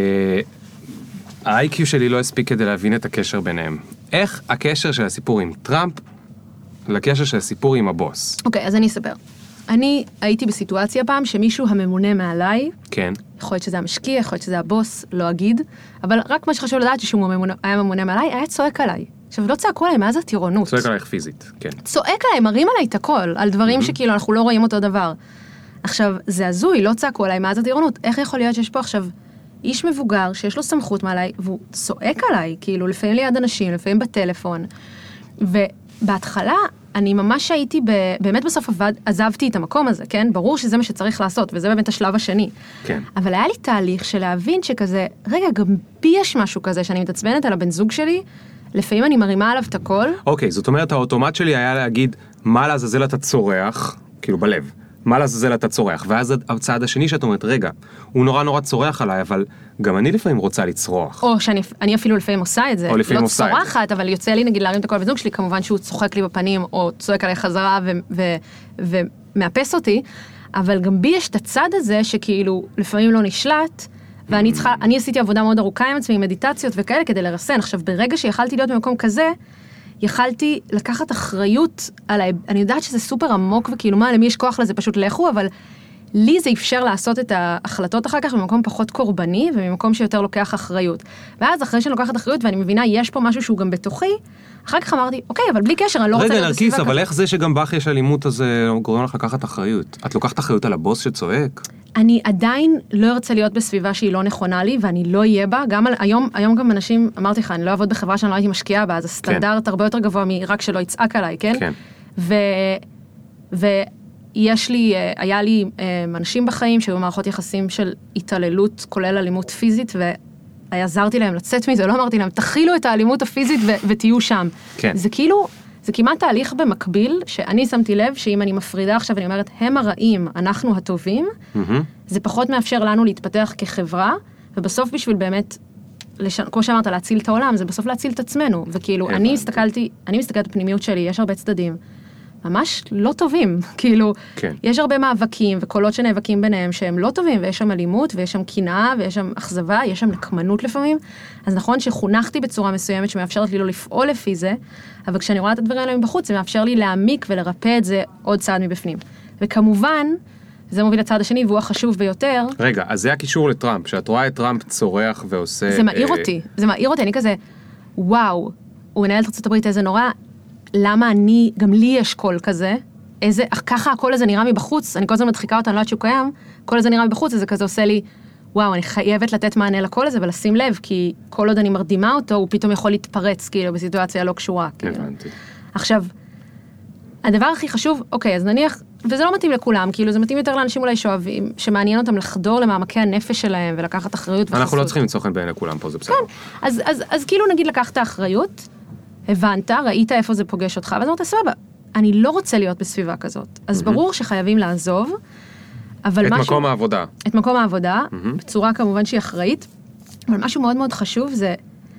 ה-IQ שלי לא הספיק כדי להבין את הקשר ביניהם. איך הקשר של הסיפור עם טראמפ לקשר של הסיפור עם הבוס? אוקיי, אז אני אספר. אני הייתי בסיטואציה פעם שמישהו הממונה מעליי, כן. יכול להיות שזה המשקיע, יכול להיות שזה הבוס, לא אגיד, אבל רק מה שחשוב לדעת שהוא היה ממונה מעליי, היה צועק עליי. עכשיו, לא צעקו עליי, מה זה הטירונות? צועק עלייך פיזית, כן. צועק עליי, מרים עליי את הכל, על דברים שכאילו אנחנו לא רואים אותו דבר. עכשיו, זה הזוי, לא צעקו עליי, מה זה הטירונות? איך יכול להיות שיש פה עכשיו איש מבוגר שיש לו סמכות מעליי, והוא צועק עליי, כאילו, לפעמים ליד אנשים, לפעמים בטלפון. ובהתחלה, אני ממש הייתי, באמת בסוף עזבתי את המקום הזה, כן? ברור שזה מה שצריך לעשות, וזה באמת השלב השני. כן. אבל היה לי תהליך של להבין שכזה, רגע, גם בי יש משהו כזה, שאני מתעצבנת על הבן זוג שלי, לפעמים אני מרימה עליו את הכל. אוקיי, זאת אומרת, האוטומט שלי היה להגיד, מה לעזאזל אתה צורח, כאילו בלב. מה לעזאזל אתה צורח, ואז הצעד השני שאת אומרת, רגע, הוא נורא צורח עליי, אבל גם אני לפעמים רוצה לצרוח. או שאני אפילו לפעמים עושה את זה. או לפעמים לא עושה צורחת, אבל יוצא לי נגיד להרים את הכל בזוג שלי, כמובן שהוא צוחק לי בפנים, או צועק עליי חזרה ומאפס אותי, אבל גם בי יש את הצד הזה שכאילו לפעמים לא נשלט, ואני עשיתי עבודה מאוד ארוכה עם עצמי, מדיטציות וכאלה כדי לרסן. עכשיו, ברגע שיכלתי להיות במקום כזה, יכלתי לקחת אחריות עליי, אני יודעת שזה סופר עמוק וכאילו מה, למי יש כוח לזה פשוט לכו, אבל לי זה אפשר לעשות את ההחלטות אחר כך במקום פחות קורבני, ובמקום שיותר לוקח אחריות. ואז אחרי שאני לוקחת אחריות, ואני מבינה, יש פה משהו שהוא גם בתוכי, אחר כך אמרתי, אוקיי, אבל בלי קשר, אני לא רוצה להיות בסביבה כזאת. רגע, נרקיס, אבל איך זה שגם בך יש אלימות, אז גורם לך לקחת אחריות? את לוקחת אחריות על הבוס שצועק? אני עדיין לא ארצה להיות בסביבה שהיא לא נכונה לי, ואני לא אהיה בה. גם היום גם אנשים, אמרתי לך, אני לא אעבוד בחברה שאני לא הייתי משקיעה בה, אז הסטנדרט הרבה יותר גבוה מרק שלא יצעק עליי, כן? היה לי אנשים בחיים שהיו מערכות יחסים של התעללות, כולל אלימות פיזית, ועזרתי להם לצאת מזה, לא אמרתי להם, תכילו את האלימות הפיזית ותהיו שם. זה כאילו, זה כמעט תהליך במקביל, שאני שמתי לב שאם אני מפרידה עכשיו, אני אומרת, הם הרעים, אנחנו הטובים, זה פחות מאפשר לנו להתפתח כחברה, ובסוף בשביל באמת, כמו שאמרת, להציל את העולם, זה בסוף להציל את עצמנו, וכאילו, אני מסתכלת בפנימיות שלי, יש הרבה צדדים, ממש לא טובים, כאילו, יש הרבה מאבקים וקולות שנאבקים ביניהם שהם לא טובים, ויש שם אלימות, ויש שם קנאה, ויש שם אכזבה, יש שם נקמנות לפעמים, אז נכון שחונכתי בצורה מסוימת שמאפשרת לי לא לפעול לפי זה, אבל כשאני רואה את הדברים האלה מבחוץ, זה מאפשר לי להעמיק ולרפא את זה עוד צעד מבפנים. וכמובן, זה מוביל לצעד השני, והוא החשוב ביותר. רגע, אז זה הקישור לטראמפ, שאת רואה את טראמפ צורח ועושה... זה מעיר אותי, אני כזה, וואו, הוא מנהל את ארצות הברית, איזה נורא, למה גם לי יש קול כזה, ככה הקול הזה נראה מבחוץ, אני כל הזמן מדחיקה אותה, אני לא יודעת שהוא קיים, הקול הזה נראה מבחוץ, אז זה כזה עושה לי, וואו, אני חייבת לתת מענה לקול הזה, ולשים לב, כי כל עוד אני מרדימה אותו, הוא פתאום יכול להתפרץ, כאילו, בסיטואציה לא קשורה. הבנתי. עכשיו, הדבר הכי חשוב, אוקיי, אז נניח, וזה לא מתאים לכולם, כאילו, זה מתאים יותר לאנשים אולי שאוהבים, שמעניין אותם לחדור למעמקי הנפש שלהם, ולקחת אחריות וחסות. אנחנו לא צריכים לצורך בין לכולם פה, זה בסדר. כן, אז כאילו נגיד לקחת האחריות, הבנת, ראית איפה זה פוגש אותך, ואז אמרת, סבבה, אני לא רוצה להיות בסביבה כזאת. אז ברור שחייבים לעזוב, אבל משהו... את מקום העבודה, בצורה כמובן שהיא אחראית, אבל משהו מאוד מאוד חשוב זה,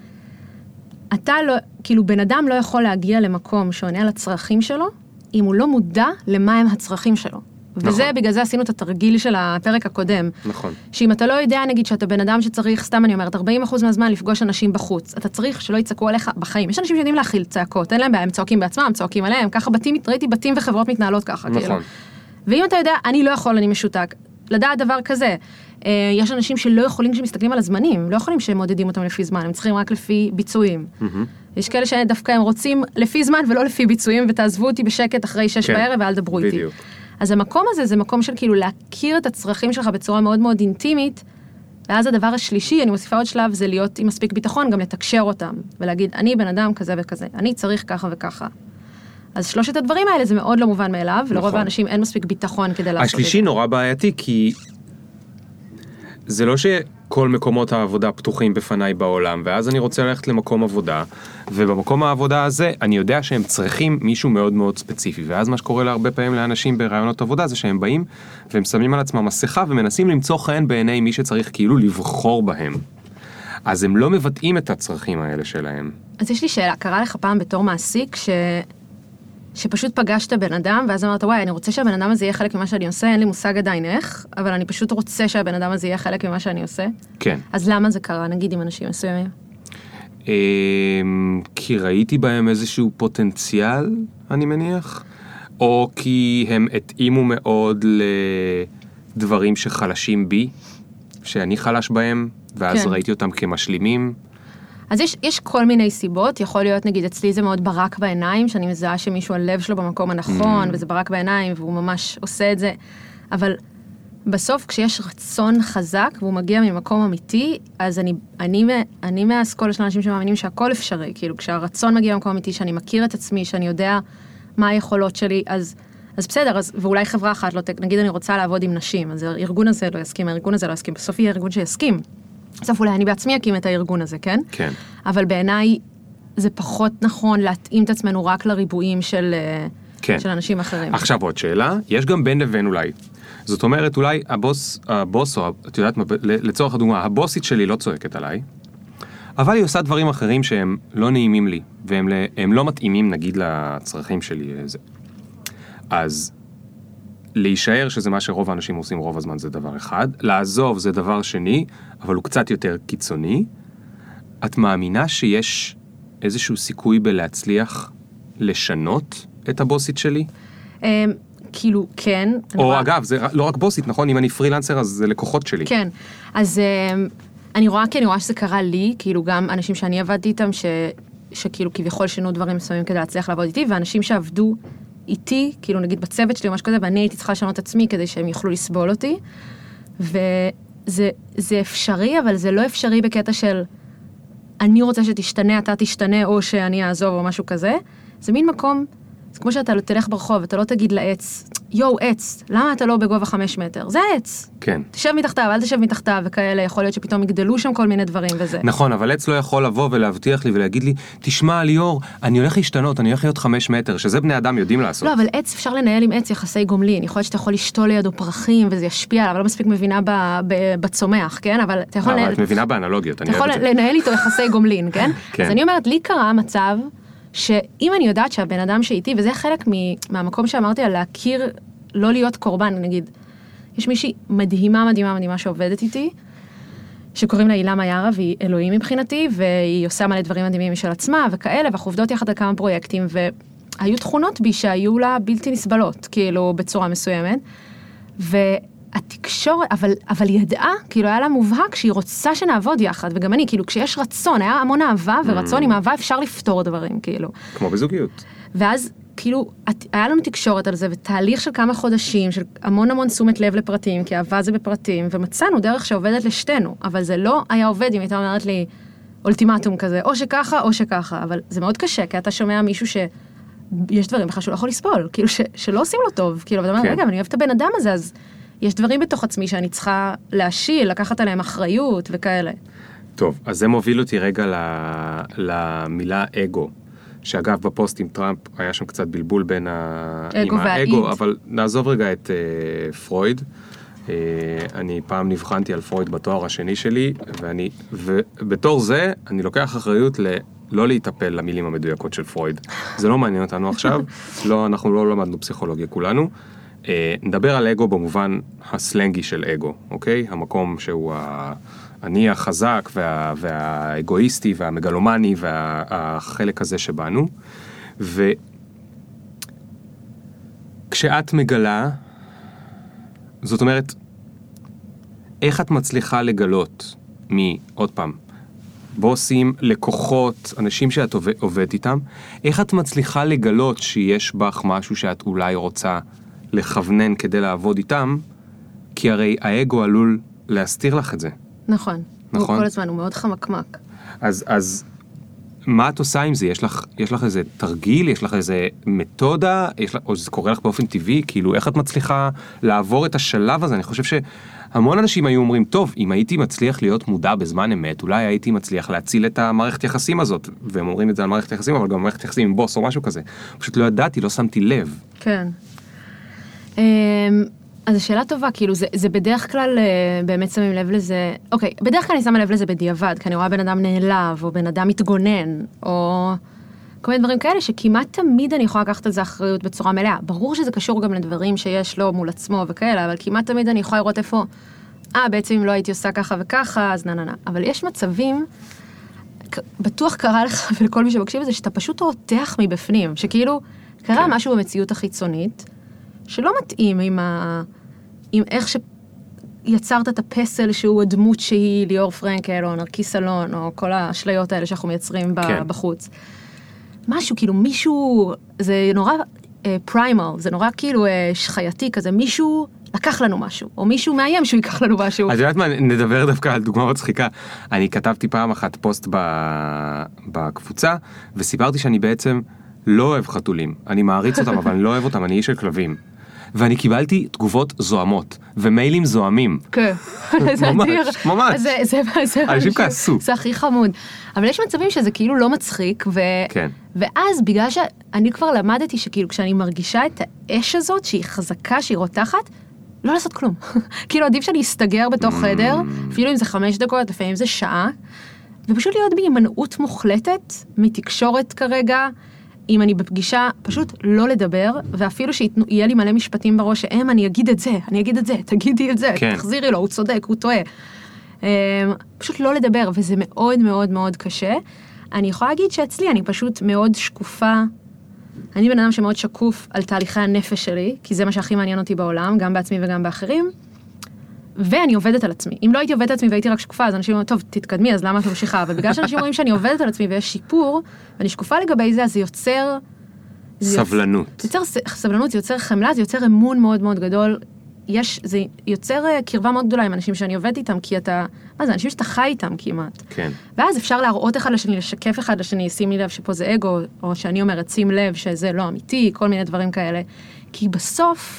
אתה לא, כאילו בן אדם לא יכול להגיע למקום שעונה על הצרכים שלו, אם הוא לא מודע למה הם הצרכים שלו. וזה, בגלל זה עשינו את התרגיל של הפרק הקודם. נכון. שאם אתה לא יודע, נגיד, שאתה בן אדם שצריך, סתם אני אומרת, 40% מהזמן לפגוש אנשים בחוץ. אתה צריך שלא יצעקו עליך בחיים. יש אנשים שיודעים להכיל צעקות, אין להם בעיה, הם צועקים בעצמם, הם צועקים עליהם, ככה ראיתי בתים וחברות מתנהלות ככה. נכון. כאילו. ואם אתה יודע, אני לא יכול, אני משותק. לדעת דבר כזה. יש אנשים שלא יכולים כשמסתכלים על הזמנים, לא יכולים שהם מודדים אותם לפי זמן, הם צריכים רק לפי ביצועים. יש כאלה שדווקא הם רוצים לפי זמן ולא לפי ביצועים, ותעזבו אותי בשקט אחרי 6 בערב ואל דברו איתי. אז המקום הזה זה מקום של כאילו להכיר את הצרכים שלך בצורה מאוד מאוד אינטימית, ואז הדבר השלישי, אני מוסיפה עוד שלב, זה להיות עם מספיק ביטחון, גם לתקשר אותם, ולהגיד, אני בן אדם כזה וכזה, אני צריך ככה וככה. אז 3 הדברים האלה זה מאוד לא מובן מאליו, ולרוב האנשים אין מספיק ביטחון כדי לעשות את זה. השלישי נורא בעייתי, כי זה לא שכל מקומות העבודה פתוחים בפניי בעולם, ואז אני רוצה ללכת למקום עבודה, ובמקום העבודה הזה אני יודע שהם צריכים מישהו מאוד מאוד ספציפי, ואז מה שקורה להרבה פעמים לאנשים ברעיונות עבודה, זה שהם באים והם שמים על עצמם מסכה, ומנסים למצוא חן בעיני מי שצריך כאילו לבחור בהם. אז הם לא מבטאים את הצרכים האלה שלהם. אז יש לי שאלה, קרה לך פעם בתור מעסיק שפשוט פגשת בן אדם, ואז אמרת, וואי, אני רוצה שהבן אדם הזה יהיה חלק ממה שאני עושה, אין לי מושג עדיין איך, אבל אני פשוט רוצה שהבן אדם הזה יהיה חלק ממה שאני עושה. כן. אז למה זה קרה, נגיד, עם אנשים מסוימים? כי ראיתי בהם איזשהו פוטנציאל, אני מניח, או כי הם התאימו מאוד לדברים שחלשים בי, שאני חלש בהם, ואז כן. ראיתי אותם כמשלימים. אז יש כל מיני סיבות, יכול להיות, נגיד, אצלי זה מאוד ברק בעיניים, שאני מזהה שמישהו הלב שלו במקום הנכון, וזה ברק בעיניים, והוא ממש עושה את זה, אבל בסוף, כשיש רצון חזק, והוא מגיע ממקום אמיתי, אז אני מהאסכולה של האנשים שמאמינים שהכל אפשרי, כאילו, כשהרצון מגיע ממקום אמיתי, שאני מכיר את עצמי, שאני יודע מה היכולות שלי, אז בסדר, ואולי חברה אחת, נגיד אני רוצה לעבוד עם נשים, אז הארגון הזה לא יסכים, הארגון הזה לא יסכים, בסוף יהיה ארגון שיסכים. בסוף אולי אני בעצמי אקים את הארגון הזה, כן? כן. אבל בעיניי זה פחות נכון להתאים את עצמנו רק לריבועים של אנשים אחרים. עכשיו עוד שאלה, יש גם בין לבין אולי. זאת אומרת, אולי הבוס, או את יודעת, לצורך הדוגמה, הבוסית שלי לא צועקת עליי, אבל היא עושה דברים אחרים שהם לא נעימים לי, והם לא מתאימים, נגיד, לצרכים שלי. אז להישאר שזה מה שרוב האנשים עושים רוב הזמן זה דבר אחד, לעזוב זה דבר שני, אבל הוא קצת יותר קיצוני. את מאמינה שיש איזשהו סיכוי בלהצליח לשנות את הבוסית שלי? כאילו, כן. או אגב, זה לא רק בוסית, נכון? אם אני פרילנסר, אז זה לקוחות שלי. כן, אז אני רואה שזה קרה לי, כאילו גם אנשים שאני עבדתי איתם, שכאילו כביכול שינו דברים מסוימים כדי להצליח לעבוד איתי, ואנשים שעבדו איתי, כאילו נגיד בצוות שלי או משהו כזה, ואני הייתי צריכה לשנות את עצמי כדי שהם יוכלו לסבול אותי, וזה אפשרי, אבל זה לא אפשרי בקטע של אני רוצה שתשתנה, אתה תשתנה, או שאני אעזוב או משהו כזה. זה מין מקום, זה כמו שאתה תלך ברחוב, אתה לא תגיד לעץ, יו, עץ, למה אתה לא בגובה 5 מטר? זה עץ. כן. תשב מתחתיו, אל תשב מתחתיו, וכאלה, יכול להיות שפתאום יגדלו שם כל מיני דברים וזה. נכון, אבל עץ לא יכול לבוא ולהבטיח לי ולהגיד לי, תשמע, ליאור, אני הולך להשתנות, אני הולך להיות 5 מטר, שזה בני אדם יודעים לעשות. לא, אבל עץ אפשר לנהל עם עץ יחסי גומלין, יכול להיות שאתה יכול לשתול לידו פרחים, וזה ישפיע עליו, אבל לא מספיק מבינה בצומח, כן? אבל אתה יכול את מבינה באנלוגיות, אתה יכול לנהל איתו יחסי גומלין, כן? אז אני אומרת, לי קרה מצב שאם אני יודעת שהבן אדם שאיתי, וזה חלק מהמקום שאמרתי על להכיר, לא להיות קורבן, נגיד, יש מישהי מדהימה שעובדת איתי, שקוראים לה הילה מיירה, והיא אלוהים מבחינתי, והיא עושה מלא דברים מדהימים משל עצמה, וכאלה, ואנחנו עובדות יחד על כמה פרויקטים, והיו תכונות בי שהיו לה בלתי נסבלות, כאילו, בצורה מסוימת, והתקשורת, אבל היא ידעה, כאילו, היה לה מובהק שהיא רוצה שנעבוד יחד, וגם אני, כאילו, כשיש רצון, היה המון אהבה ורצון, עם אהבה אפשר לפתור דברים, כאילו. כמו בזוגיות. ואז, כאילו, היה לנו תקשורת על זה, ותהליך של כמה חודשים, של המון תשומת לב לפרטים, כי אהבה זה בפרטים, ומצאנו דרך שעובדת לשתינו, אבל זה לא היה עובד אם הייתה אומרת לי אולטימטום כזה, או שככה או שככה, אבל זה מאוד קשה, כי אתה שומע מישהו שיש דברים בכלל שהוא לא יכול לסבול, כאילו שלא עושים לו טוב, כאילו, ואתה אומר, רגע, אני אוהב את הבן אדם הזה, אז יש דברים בתוך עצמי שאני צריכה להשיל, לקחת עליהם אחריות וכאלה. טוב, אז זה מוביל אותי רגע למילה אגו. שאגב, בפוסט עם טראמפ היה שם קצת בלבול בין האגו, אבל נעזוב רגע את פרויד. אני פעם נבחנתי על פרויד בתואר השני שלי, ובתור זה אני לוקח אחריות לא להיטפל למילים המדויקות של פרויד. זה לא מעניין אותנו עכשיו, אנחנו לא למדנו פסיכולוגיה כולנו. נדבר על אגו במובן הסלנגי של אגו, אוקיי? המקום שהוא אני החזק והאגואיסטי והמגלומני והחלק הזה שבנו. וכשאת מגלה, זאת אומרת, איך את מצליחה לגלות עוד פעם, בוסים, לקוחות, אנשים שאת עובדת איתם, איך את מצליחה לגלות שיש בך משהו שאת אולי רוצה לכוונן כדי לעבוד איתם, כי הרי האגו עלול להסתיר לך את זה. נכון. הוא כל הזמן, הוא מאוד חמקמק. אז מה את עושה עם זה? יש לך איזה תרגיל? יש לך איזה מתודה? או זה קורה לך באופן טבעי? כאילו, איך את מצליחה לעבור את השלב הזה? אני חושב שהמון אנשים היו אומרים, טוב, אם הייתי מצליח להיות מודע בזמן אמת, אולי הייתי מצליח להציל את המערכת יחסים הזאת. והם אומרים את זה על מערכת יחסים, אבל גם מערכת יחסים עם בוס או משהו כזה. פשוט לא ידעתי, לא שמתי לב. כן. אז השאלה טובה, כאילו, זה בדרך כלל באמת שמים לב לזה, אוקיי, בדרך כלל אני שמה לב לזה בדיעבד, כי אני רואה בן אדם נעלב, או בן אדם מתגונן, או כל מיני דברים כאלה, שכמעט תמיד אני יכולה לקחת על זה אחריות בצורה מלאה. ברור שזה קשור גם לדברים שיש לו מול עצמו וכאלה, אבל כמעט תמיד אני יכולה לראות איפה, בעצם אם לא הייתי עושה ככה וככה, אז ננה. אבל יש מצבים, בטוח קרה לך ולכל מי שמקשיב לזה, שאתה פשוט רותח מבפנים, שכאילו קרה משהו במציאות החיצונית, שלא מתאים עם איך שיצרת את הפסל שהוא הדמות שהיא ליאור פרנקל או נרקיס אלון או כל האשליות האלה שאנחנו מייצרים בחוץ. משהו, כאילו מישהו, זה נורא פריימל, זה נורא כאילו חייתי כזה, מישהו לקח לנו משהו, או מישהו מאיים שהוא ייקח לנו משהו. את יודעת מה, נדבר דווקא על דוגמה מצחיקה. אני כתבתי פעם אחת פוסט בקבוצה, וסיפרתי שאני בעצם לא אוהב חתולים. אני מעריץ אותם, אבל אני לא אוהב אותם, אני איש של כלבים. ואני קיבלתי תגובות זוהמות, ומיילים זוהמים. כן. ממש. אנשים כעסו. זה הכי חמוד. אבל יש מצבים שזה כאילו לא מצחיק, ואז בגלל שאני כבר למדתי שכאילו כשאני מרגישה את האש הזאת, שהיא חזקה, שהיא רותחת, לא לעשות כלום. כאילו עדיף שאני אסתגר בתוך חדר, אפילו אם זה 5 דקות, לפעמים זה שעה, ופשוט להיות בהימנעות מוחלטת, מתקשורת כרגע, אם אני בפגישה, פשוט לא לדבר, ואפילו שיהיה לי מלא משפטים בראש, אני אגיד את זה, תגידי את זה, תחזירי לו, הוא צודק, הוא טועה. פשוט לא לדבר, וזה מאוד מאוד מאוד קשה. אני יכולה להגיד שאצלי אני פשוט מאוד שקופה, אני בן אדם שמאוד שקוף על תהליכי הנפש שלי, כי זה מה שהכי מעניין אותי בעולם, גם בעצמי וגם באחרים, ואני עובדת על עצמי. אם לא הייתי עובדת על עצמי והייתי רק שקופה, אז אנשים אומרים, טוב, תתקדמי, אז למה את ממשיכה? אבל בגלל שאנשים אומרים שאני עובדת על עצמי ויש שיפור, ואני שקופה לגבי זה, אז זה יוצר... סבלנות. זה יוצר סבלנות, זה יוצר חמלה, זה יוצר אמון מאוד מאוד גדול. זה יוצר קרבה מאוד גדולה עם אנשים שאני עובדת איתם, כי אתה... מה זה, אנשים שאתה חי איתם כמעט. כן. ואז אפשר להראות אחד לשני, לשקף אחד לשני, שימי לב שפה זה אגו, או שאני אומרת, שים לב שזה לא אמיתי, כל מיני דברים כאלה. כי בסוף,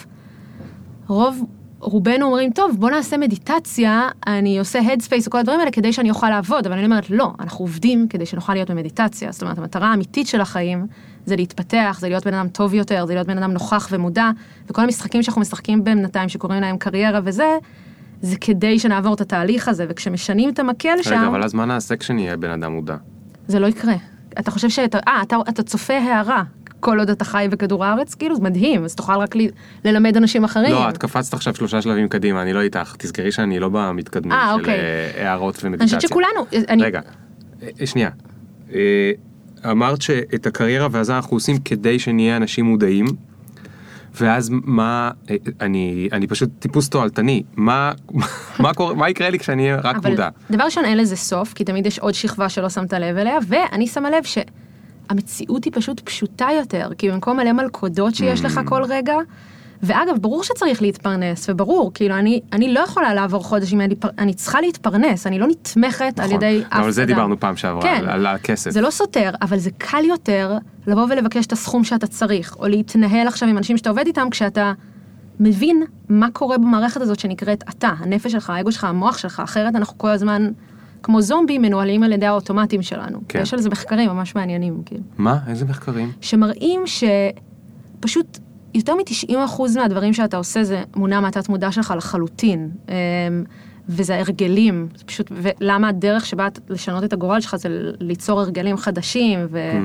רובנו אומרים, טוב, בוא נעשה מדיטציה, אני עושה headspace וכל הדברים האלה כדי שאני אוכל לעבוד, אבל אני אומרת, לא, אנחנו עובדים כדי שנוכל להיות במדיטציה. זאת אומרת, המטרה האמיתית של החיים זה להתפתח, זה להיות בן אדם טוב יותר, זה להיות בן אדם נוכח ומודע, וכל המשחקים שאנחנו משחקים בינתיים, שקוראים להם קריירה וזה, זה כדי שנעבור את התהליך הזה, וכשמשנים את המקל שם... רגע, אבל אז מה נעשה כשנהיה בן אדם מודע? זה לא יקרה. אתה חושב אתה צופה הערה, כל עוד אתה חי בכדור הארץ, כאילו, זה מדהים, אז תוכל רק ללמד אנשים אחרים. לא, את קפצת עכשיו 3 שלבים קדימה, אני לא איתך, תזכרי שאני לא במתקדמים של הערות ומדיטציה. אני חושבת שכולנו... רגע, שנייה. אמרת שאת הקריירה והזה אנחנו עושים כדי שנהיה אנשים מודעים, ואז מה, אני פשוט טיפוס תועלתני, מה יקרה לי כשאני אהיה רק מודע? דבר ראשון, אין לזה סוף, כי תמיד יש עוד שכבה שלא שמת לב אליה, ואני שמה לב שהמציאות היא פשוט פשוטה יותר, כי במקום מלא מלכודות שיש לך כל רגע, ואגב, ברור שצריך להתפרנס, וברור, כאילו, אני לא יכולה לעבור חודש אם אני צריכה להתפרנס, אני לא נתמכת על ידי אף אדם. אבל זה דיברנו פעם שעברה, על הכסף. זה לא סותר, אבל זה קל יותר לבוא ולבקש את הסכום שאתה צריך, או להתנהל עכשיו עם אנשים שאתה עובד איתם, כשאתה מבין מה קורה במערכת הזאת שנקראת אתה, הנפש שלך, האגו שלך, המוח שלך, אחרת אנחנו כל הזמן, כמו זומבי, מנוהלים על ידי האוטומטים שלנו. כן. יש על זה מחקרים ממש מעניינים, כאילו. מה? איזה מחקרים? שמראים שפשוט יותר מ-90% מהדברים שאתה עושה זה מונע מהתת מודע שלך לחלוטין, וזה הרגלים, פשוט, ולמה הדרך שבא לשנות את הגורל שלך זה ליצור הרגלים חדשים,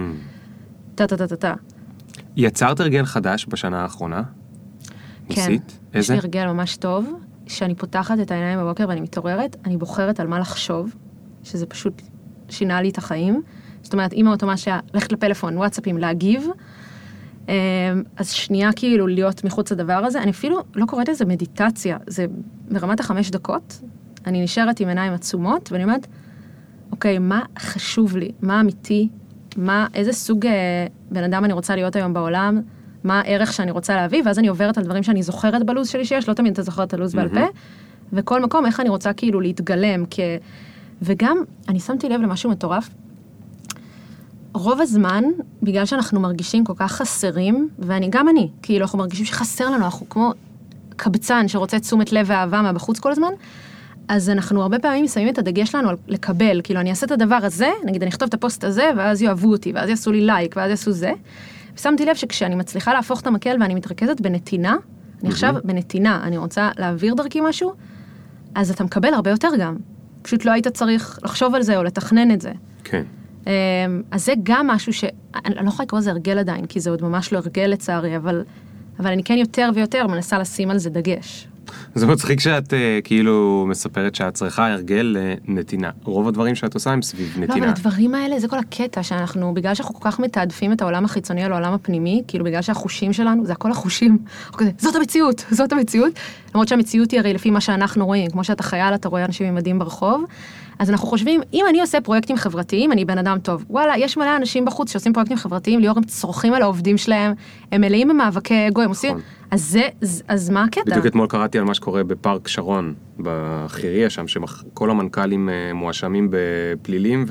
יצרת הרגל חדש בשנה האחרונה? כן, יש לי הרגל ממש טוב, שאני פותחת את העיניים בבוקר ואני מתעוררת, אני בוחרת על מה לחשוב, שזה פשוט שינה לי את החיים, זאת אומרת, אם האוטומציה, ללכת לפלאפון, וואטסאפים, להגיב, אז שנייה כאילו להיות מחוץ לדבר הזה, אני אפילו לא קוראת לזה מדיטציה, זה ברמת 5 דקות, אני נשארת עם עיניים עצומות, ואני אומרת, אוקיי, מה חשוב לי, מה אמיתי, איזה סוג בן אדם אני רוצה להיות היום בעולם, מה הערך שאני רוצה להביא, ואז אני עוברת על דברים שאני זוכרת בלוז שלי שיש, לא תמיד אתה זוכרת את הלוז בעל פה, וכל מקום איך אני רוצה כאילו להתגלם, וגם אני שמתי לב למשהו מטורף, רוב הזמן, בגלל שאנחנו מרגישים כל כך חסרים, גם אני, כאילו אנחנו מרגישים שחסר לנו, אנחנו כמו קבצן שרוצה תשומת לב ואהבה מהבחוץ כל הזמן, אז אנחנו הרבה פעמים שמים את הדגש לנו על לקבל, כאילו אני אעשה את הדבר הזה, נגיד אני אכתוב את הפוסט הזה, ואז יאהבו אותי, ואז יעשו לי לייק, ואז יעשו זה, ושמתי לב שכשאני מצליחה להפוך את המקל ואני מתרכזת בנתינה, אני עכשיו בנתינה, אני רוצה להעביר דרכי משהו, אז אתה מקבל הרבה יותר גם. פשוט לא היית צריך לחשוב על זה או לתכנן את זה. כן. אז זה גם משהו אני לא יכולה לקרוא לזה הרגל עדיין, כי זה עוד ממש לא הרגל לצערי, אבל אני כן יותר ויותר מנסה לשים על זה דגש. זה מצחיק שאת כאילו מספרת שאת צריכה הרגל לנתינה. רוב הדברים שאת עושה הם סביב נתינה. לא, אבל הדברים האלה, זה כל הקטע שאנחנו, בגלל שאנחנו כל כך מתעדפים את העולם החיצוני על העולם הפנימי, כאילו בגלל שהחושים שלנו, זה הכל החושים, זאת המציאות, זאת המציאות. למרות שהמציאות היא הרי לפי מה שאנחנו רואים, כמו שאתה חייל, אתה רואה אנשים עם מדים ברחוב, אז אנחנו חושבים, אם אני עושה פרויקטים חברתיים, אני בן אדם טוב. וואלה, יש מלא אנשים בחוץ שעושים פרויקטים חברתיים, ליאור הם צורכים על העובדים שלהם, הם מלאים במאבקי אגו, הם עושים, אז מה הקטע? בדיוק אתמול קראתי על מה שקורה בפארק שרון, בחירייה שם, שכל המנכ"לים מואשמים בפלילים,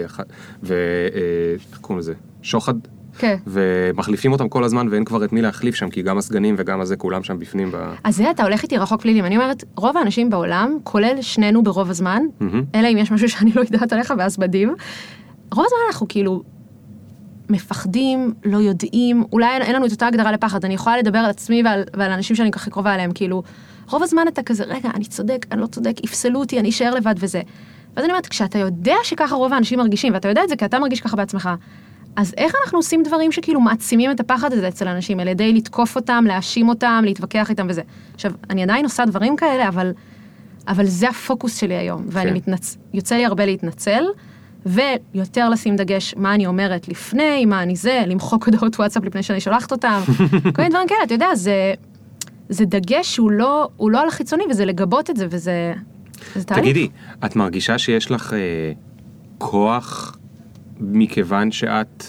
איך קוראים לזה? שוחד? כן. ומחליפים אותם כל הזמן, ואין כבר את מי להחליף שם, כי גם הסגנים וגם הזה, כולם שם בפנים. אז זה, אתה הולך איתי רחוק פלילים. אני אומרת, רוב האנשים בעולם, כולל שנינו ברוב הזמן, אלא אם יש משהו שאני לא יודעת עליך, ואז בדיב, רוב הזמן אנחנו כאילו מפחדים, לא יודעים, אולי אין לנו את אותה הגדרה לפחד, אני יכולה לדבר על עצמי ועל האנשים שאני ככה קרובה עליהם, כאילו, רוב הזמן אתה כזה, רגע, אני צודק, אני לא צודק, יפסלו אותי, אני אשאר לבד וזה. ואז אני אומרת, כשאתה יודע שככה רוב האנשים מרגישים, ואתה יודע את זה כי אתה מרגיש ככה בעצמך, אז איך אנחנו עושים דברים שכאילו מעצימים את הפחד הזה אצל אנשים, על ידי לתקוף אותם, להאשים אותם, להתווכח איתם וזה. עכשיו, אני עדיין עושה דברים כאלה, אבל זה הפוקוס שלי היום, ואני יוצא לי הרבה להתנצל, ויותר לשים דגש מה אני אומרת לפני, מה אני זה, למחוק הודעות וואטסאפ לפני שאני שולחת אותם, כל מיני דברים כאלה, אתה יודע, זה דגש שהוא לא על החיצוני, וזה לגבות את זה, וזה תהליך. תגידי, את מרגישה שיש לך כוח מכיוון שאת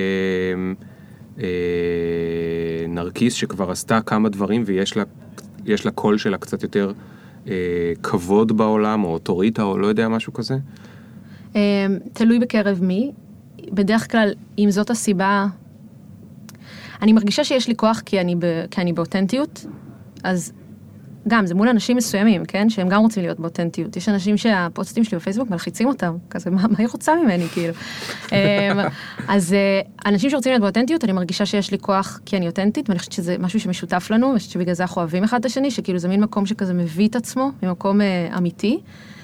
נרקיס שכבר עשתה כמה דברים, ויש לה קול שלה קצת יותר כבוד בעולם, או אוטוריטה, או לא יודע, משהו כזה? תלוי בקרב מי. בדרך כלל, אם זאת הסיבה, אני מרגישה שיש לי כוח כי אני באותנטיות, אז גם, זה מול אנשים מסוימים, כן? שהם גם רוצים להיות באותנטיות. יש אנשים שהפוסטים שלי בפייסבוק מלחיצים אותם, כזה, מה היא רוצה ממני, כאילו? אז אנשים שרוצים להיות באותנטיות, אני מרגישה שיש לי כוח כי אני אותנטית, ואני חושבת שזה משהו שמשותף לנו, ואני חושבת שבגלל זה אנחנו אוהבים אחד את השני, שכאילו זה מין מקום שכזה מביא את עצמו, ממקום אמיתי.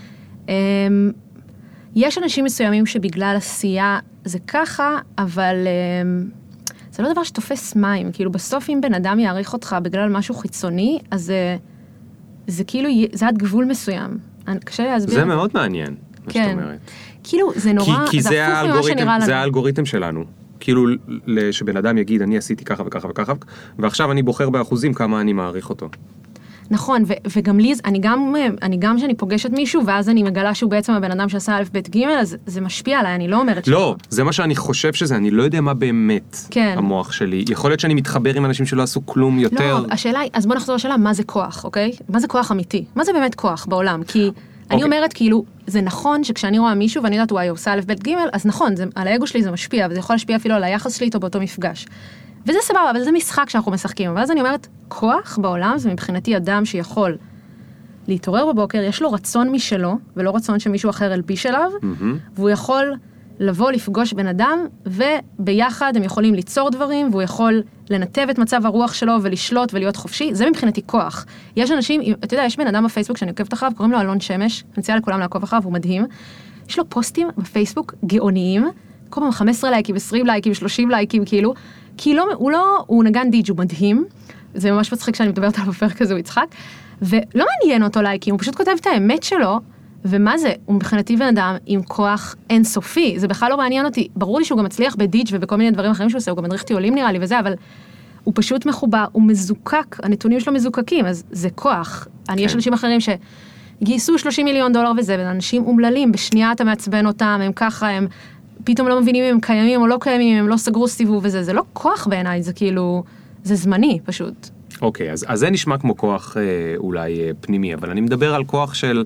יש אנשים מסוימים שבגלל עשייה זה ככה, אבל זה לא דבר שתופס מים, כאילו בסוף אם בן אדם יעריך אותך בגלל משהו חיצוני, אז זה כאילו, זה עד גבול מסוים. קשה להסביר. זה מאוד מעניין, מה שאת אומרת. כאילו, זה נורא, זה הפוך ממה שנראה לנו. זה האלגוריתם שלנו. כאילו, שבן אדם יגיד, אני עשיתי ככה וככה וככה, ועכשיו אני בוחר באחוזים כמה אני מעריך אותו. נכון, וגם לי, אני גם שאני פוגשת מישהו, ואז אני מגלה שהוא בעצם הבן אדם שעשה א' ב' ג', אז זה משפיע עליי, אני לא אומרת לא, זה מה שאני חושב שזה, אני לא יודע מה באמת המוח שלי. יכול להיות שאני מתחבר עם אנשים שלא עשו כלום יותר. לא, השאלה היא, אז בוא נחזור לשאלה, מה זה כוח, אוקיי? מה זה כוח אמיתי? מה זה באמת כוח בעולם? כי אני אומרת, כאילו, זה נכון שכשאני רואה מישהו, ואני יודעת, וואי, הוא עושה א' ב' ג', אז נכון, על האגו שלי זה משפיע, וזה יכול להשפיע אפילו על היחס שלי איתו באותו מפגש. וזה סבבה, אבל זה משחק שאנחנו משחקים. ואז אני אומרת, כוח בעולם זה מבחינתי אדם שיכול להתעורר בבוקר, יש לו רצון משלו, ולא רצון שמישהו אחר ילביש עליו, והוא יכול לבוא לפגוש בן אדם, וביחד הם יכולים ליצור דברים, והוא יכול לנתב את מצב הרוח שלו, ולשלוט ולהיות חופשי. זה מבחינתי כוח. יש אנשים, אתה יודע, יש בן אדם בפייסבוק שאני עוקבת אחריו, קוראים לו אלון שמש, אני מציעה לכולם לעקוב אחריו, הוא מדהים. יש לו פוסטים בפייסבוק גאוניים, כל פעם 15 לייקים, 20 לייקים, 30 לייקים, כאילו, כי הוא נגן דיג' הוא מדהים, זה ממש מצחיק שאני מדברת עליו בפרק הזה, הוא יצחק, ולא מעניין אותו לייקים, הוא פשוט כותב את האמת שלו, ומה זה? הוא מבחינתי בן אדם עם כוח אינסופי, זה בכלל לא מעניין אותי, ברור לי שהוא גם מצליח בדיג' ובכל מיני דברים אחרים שהוא עושה, הוא גם מדריך טיולים נראה לי וזה, אבל הוא פשוט מחובר, הוא מזוקק, הנתונים שלו מזוקקים, אז זה כוח. יש אנשים אחרים שגייסו $30 מיליון וזה, ואנשים אומללים, בשנייה אתה מעצבן אותם, הם ככה, הם פתאום לא מבינים אם הם קיימים או לא קיימים, אם הם לא סגרו סיבוב וזה, זה לא כוח בעיניי, זה כאילו, זה זמני פשוט. אוקיי, אז זה נשמע כמו כוח אולי פנימי, אבל אני מדבר על כוח של,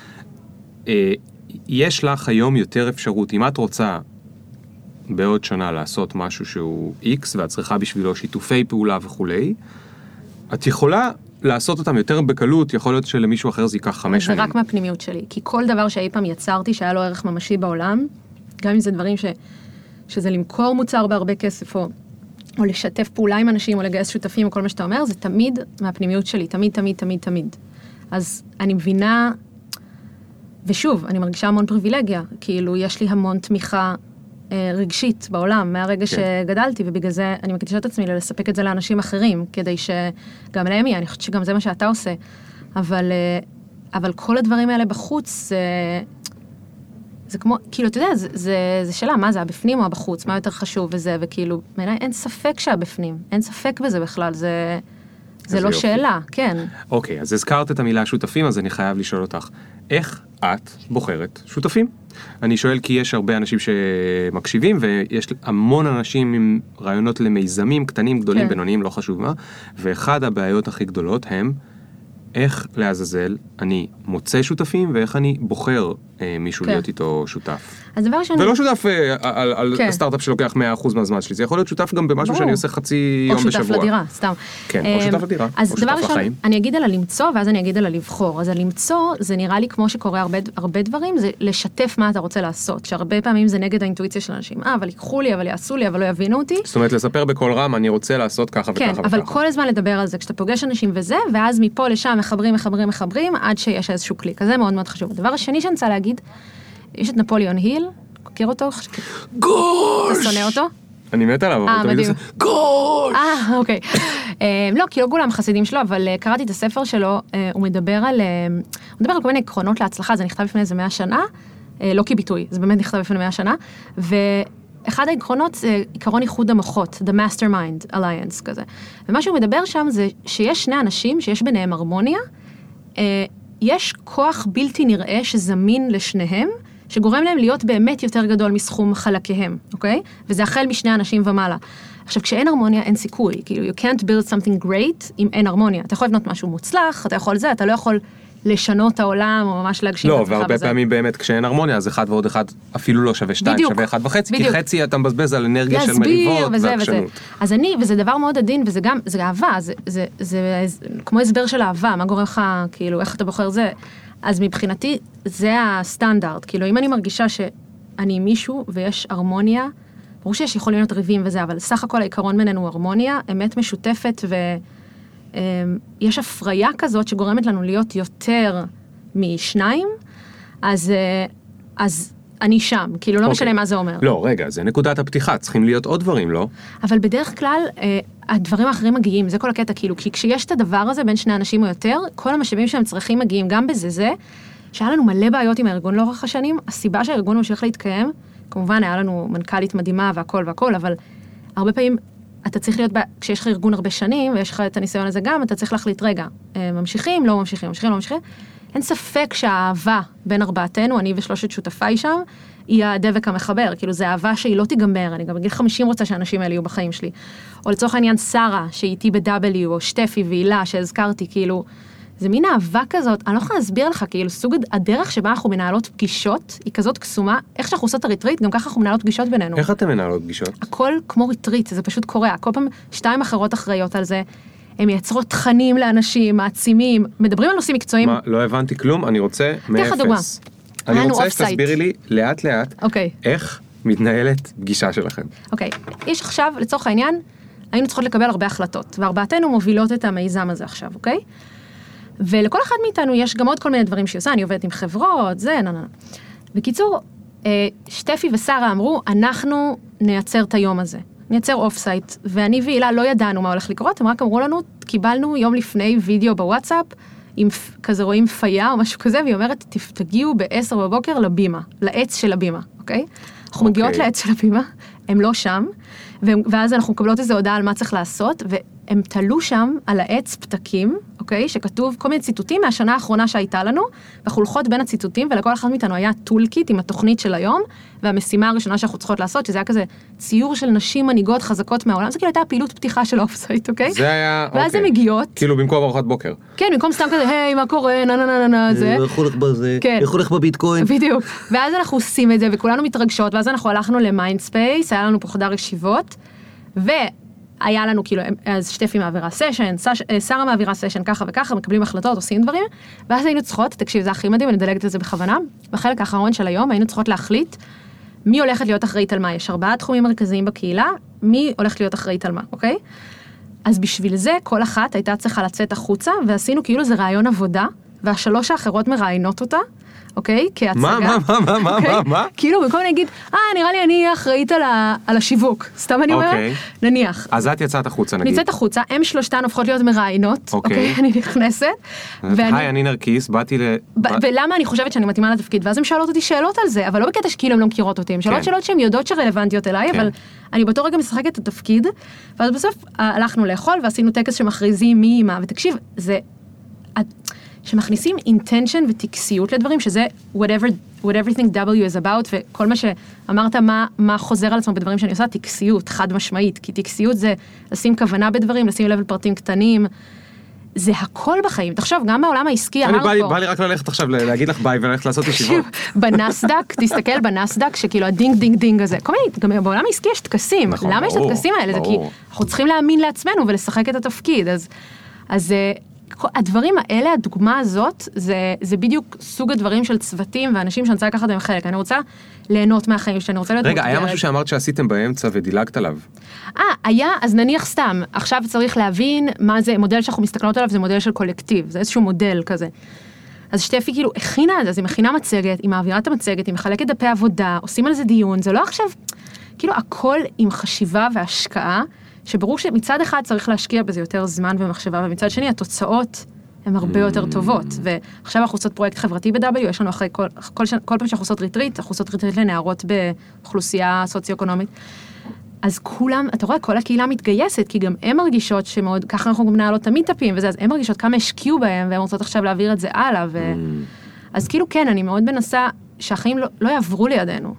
יש לך היום יותר אפשרות, אם את רוצה בעוד שנה לעשות משהו שהוא X, ואת צריכה בשבילו שיתופי פעולה וכולי, את יכולה לעשות אותם יותר בקלות, יכול להיות שלמישהו אחר זה ייקח 5 שנים. זה רק מהפנימיות שלי, כי כל דבר שאי פעם יצרתי, שהיה לו ערך ממשי בעולם, גם אם זה דברים שזה למכור מוצר בהרבה כסף, או לשתף פעולה עם אנשים, או לגייס שותפים, או כל מה שאתה אומר, זה תמיד מהפנימיות שלי, תמיד, תמיד, תמיד, תמיד. אז אני מבינה, ושוב, אני מרגישה המון פריבילגיה, כאילו יש לי המון תמיכה רגשית בעולם, מהרגע שגדלתי, ובגלל זה אני מקדישה את עצמי לספק את זה לאנשים אחרים, כדי שגם להם יהיה, אני חושבת שגם זה מה שאתה עושה, אבל כל הדברים האלה בחוץ, זה כמו, כאילו, אתה יודע, זה שאלה, מה זה, הבפנים או הבחוץ, מה יותר חשוב וזה, וכאילו, בעיניי אין ספק שהבפנים, אין ספק בזה בכלל, זה לא שאלה, כן. אוקיי, אז הזכרת את המילה שותפים, אז אני חייב לשאול אותך, איך את בוחרת שותפים? אני שואל כי יש הרבה אנשים שמקשיבים, ויש המון אנשים עם רעיונות למיזמים, קטנים, גדולים, בינוניים, לא חשוב מה, ואחד הבעיות הכי גדולות הם, איך לעזאזל אני מוצא שותפים, ואיך אני בוחר מישהו להיות איתו שותף. אז דבר שאני... ולא שותף על סטארט-אפ שלוקח 100% מהזמן שלי, זה יכול להיות שותף גם במשהו שאני עושה חצי יום בשבוע. או שותף לדירה, סתם. כן, או שותף לדירה, אז או דבר שותף לחיים. אני אגיד על הלמצוא, ואז אני אגיד על הלבחור. אז הלמצוא, זה נראה לי כמו שקורה הרבה דברים, זה לשתף מה אתה רוצה לעשות, שהרבה פעמים זה נגד האינטואיציה של אנשים. אבל ייקחו לי, אבל יעשו לי, אבל לא יבינו אותי. זאת אומרת, לספר בקול רם, אני רוצה לעשות ככה וככה וככה. כן, אבל כל הזמן לדבר על זה, כשאתה פוגש אנשים וזה, ואז מפה לשם מחברים, עד שיש איזשהו קליק. אז זה מאוד מאוד חשוב. הדבר השני שאני רוצה להגיד, יש את נפוליאון היל, מכיר אותו? גוש! אתה שונא אותו? אני מת עליו, אבל תמיד עושה, גוש! אוקיי. לא, כי לא כולם חסידים שלו, אבל קראתי את הספר שלו, הוא מדבר על כל מיני עקרונות להצלחה, זה נכתב לפני איזה 100 שנה, לא כביטוי, זה באמת נכתב לפני 100 שנה, ואחד העקרונות זה עיקרון איחוד המוחות, the mastermind alliance כזה. ומה שהוא מדבר שם זה שיש שני אנשים שיש ביניהם הרמוניה, יש כוח בלתי נראה שזמין לשניהם, שגורם להם להיות באמת יותר גדול מסכום חלקיהם, אוקיי? וזה החל משני אנשים ומעלה. עכשיו, כשאין הרמוניה, אין סיכוי. כאילו, you can't build something great אם אין הרמוניה. אתה יכול לבנות משהו מוצלח, אתה יכול זה, אתה לא יכול לשנות את העולם, או ממש להגשים את עצמך בזה. לא, והרבה פעמים באמת, כשאין הרמוניה, אז 1 ועוד 1 אפילו לא שווה 2, שווה 1.5, כי חצי אתה מבזבז על אנרגיה של מריבות ועקשנות. אז וזה דבר מאוד עדין, וזה גם, זה אהבה, זה כמו הסבר של אהבה, מה גורם לך, כאילו, איך אתה בוחר זה. אז מבחינתי, זה הסטנדרט. כאילו, אם אני מרגישה שאני מישהו ויש הרמוניה, ברור שיש יכולים להיות ריבים וזה, אבל סך הכל העיקרון בינינו הוא הרמוניה, אמת משותפת, ויש הפריה כזאת שגורמת לנו להיות יותר משניים, אז אני שם, כאילו לא משנה מה זה אומר. לא, רגע, זה נקודת הפתיחה, צריכים להיות עוד דברים, לא? אבל בדרך כלל, הדברים האחרים מגיעים, זה כל הקטע, כאילו, כי כשיש את הדבר הזה בין שני אנשים או יותר, כל המשאבים שהם צריכים מגיעים, גם בזה, שהיה לנו מלא בעיות עם הארגון לאורך השנים, הסיבה שהארגון ממשיך להתקיים, כמובן היה לנו מנכ"לית מדהימה והכל, אבל הרבה פעמים אתה צריך להיות, כשיש לך ארגון הרבה שנים, ויש לך את הניסיון הזה גם, אתה צריך להחליט, רגע, ממשיכים, לא ממשיכים. אין ספק שהאהבה בין ארבעתנו, אני ושלושת שותפיי שם, היא הדבק המחבר, כאילו זה אהבה שהיא לא תיגמר, אני גם בגיל 50 רוצה שהאנשים האלה יהיו בחיים שלי. או לצורך העניין שרה, שהיא איתי ב-W, או שטפי והילה שהזכרתי, כאילו, זה מין אהבה כזאת, אני לא יכולה להסביר לך, כאילו, סוג הדרך שבה אנחנו מנהלות פגישות, היא כזאת קסומה, איך שאנחנו עושות הריטריט, גם ככה אנחנו מנהלות פגישות בינינו. איך אתם מנהלות פגישות? הכל כמו ריטריט, זה פשוט קורה, כל פעם 2 אחרות אחראיות על זה, הם מייצרות תכנים לאנשים, מעצימים, מדברים על נושאים מקצועיים. מה, לא הבנתי כלום, אני רוצה מאפס. אני רוצה שתסבירי לי לאט לאט, איך מתנהלת פגישה שלכם. אוקיי, יש עכשיו, לצורך העניין, היינו צריכות לקבל הרבה החלטות, וארבעתנו מובילות את המיזם הזה עכשיו, אוקיי? ולכל אחד מאיתנו יש גם עוד כל מיני דברים שהיא עושה, אני עובדת עם חברות, זה, בקיצור, שטפי ושרה אמרו, אנחנו נייצר את היום הזה, נייצר אוף סייט, ואני והילה לא ידענו מה הולך לקרות, הם רק אמרו לנו, קיבלנו יום לפני וידאו בוואטסאפ, עם כזה רואים פיה או משהו כזה, והיא אומרת, תגיעו ב10 בבוקר לבימה, לעץ של הבימה, אוקיי? אנחנו מגיעות לעץ של הבימה, הם לא שם, ואז אנחנו מקבלות איזו הודעה על מה צריך לעשות, והם תלו שם על העץ פתקים, אוקיי? שכתוב כל מיני ציטוטים מהשנה האחרונה שהייתה לנו, וחולכות בין הציטוטים, ולכל אחד מאיתנו היה טולקיט עם התוכנית של היום, והמשימה הראשונה שאנחנו צריכות לעשות, שזה היה כזה ציור של נשים מנהיגות חזקות מהעולם, זה כאילו הייתה פעילות פתיחה של האופסייט, אוקיי? זה היה, ואז הם מגיעות. כאילו במקום ארוחת בוקר. כן, במקום סתם כזה, היי, מה קורה, זה. איך הולך בביטקוין. בדיוק. ואז אנחנו עושים את זה, וכולנו מתרגשות, ואז אנחנו הלכנו למיינדספייס, היה לנו פה חדר ישיבות, והיה לנו כאילו, אז שטפי מעבירה סשן, שרה מעבירה סשן, ככה וככה, מקבלים החלטות, עושים דברים, ואז היינו צריכות, תקשיב, זה הכי מדהים, אני מדלגת על זה בכוונה, בחלק האחרון של היום היינו צריכות להחליט מי הולכת להיות אחראית על מה, יש 4 תחומים מרכזיים בקהילה, מי הולכת להיות אחראית על מה, אוקיי? אז בשביל זה, כל אחת הייתה צריכה לצאת החוצה, ועשינו כאילו זה רעיון עבודה, והשלוש האחרות מראיינות אותה, אוקיי? כהצגה. מה? כאילו, במקום אני אגיד, נראה לי אני אחראית על השיווק. סתם אני אומרת, נניח. אז את יצאת החוצה, נגיד. נצאת החוצה, הם שלושתן הופכות להיות מראיינות, אוקיי? אני נכנסת. היי, אני נרקיס, באתי ולמה אני חושבת שאני מתאימה לתפקיד? ואז הם שאלות אותי שאלות על זה, אבל לא בקטע שכאילו הם לא מכירות אותי, הם שאלות שהן יודעות שרלוונטיות אליי, אבל אני באותו רגע משחקת את התפקיד, ואז בסוף הלכנו לאכול ועשינו טקס שמכריזים מי מה, ותקשיב, זה שמכניסים intention וטקסיות לדברים, שזה what everything W is about, וכל מה שאמרת, מה חוזר על עצמו בדברים שאני עושה, טקסיות, חד משמעית, כי טקסיות זה לשים כוונה בדברים, לשים לב לפרטים קטנים, זה הכל בחיים. תחשוב, גם בעולם העסקי, בא לי רק ללכת עכשיו, להגיד לך ביי וללכת לעשות ישיבות. בנסדק, תסתכל בנסדק, שכאילו הדינג דינג דינג הזה, כל מיני, גם בעולם העסקי יש טקסים. למה יש את הטקסים האלה? זה כי אנחנו צריכים להאמין לעצמנו ולשחק את התפקיד. אז הדברים האלה, הדוגמה הזאת, זה בדיוק סוג הדברים של צוותים ואנשים שאני רוצה לקחת בהם חלק. אני רוצה ליהנות מהחיים שאני רוצה להיות... רגע, היה משהו שאמרת שעשיתם באמצע ודילגת עליו. היה, אז נניח סתם, עכשיו צריך להבין מה זה, מודל שאנחנו מסתכלות עליו, זה מודל של קולקטיב, זה איזשהו מודל כזה. אז שטפי כאילו הכינה את זה, אז היא מכינה מצגת, היא מעבירה את המצגת, היא מחלקת דפי עבודה, עושים על זה דיון, זה לא עכשיו, כאילו הכל עם חשיבה והשקעה, שברור שמצד אחד צריך להשקיע בזה יותר זמן ומחשבה, ומצד שני התוצאות הן הרבה יותר טובות, ועכשיו אנחנו עושות פרויקט חברתי ב-W, יש לנו אחרי כל פעם שאנחנו עושות ריטריט, אנחנו עושות ריטריט לנערות באוכלוסייה סוציו-אקונומית, אז כולם, אתה רואה, כל הקהילה מתגייסת, כי גם הן מרגישות שמאוד, ככה אנחנו גם מנהלות את המיטאפים וזה, אז הן מרגישות כמה השקיעו בהם, והן רוצות עכשיו להעביר את זה הלאה, אז כאילו כן, אני מאוד מנסה שהחיים לא יעברו לידינו.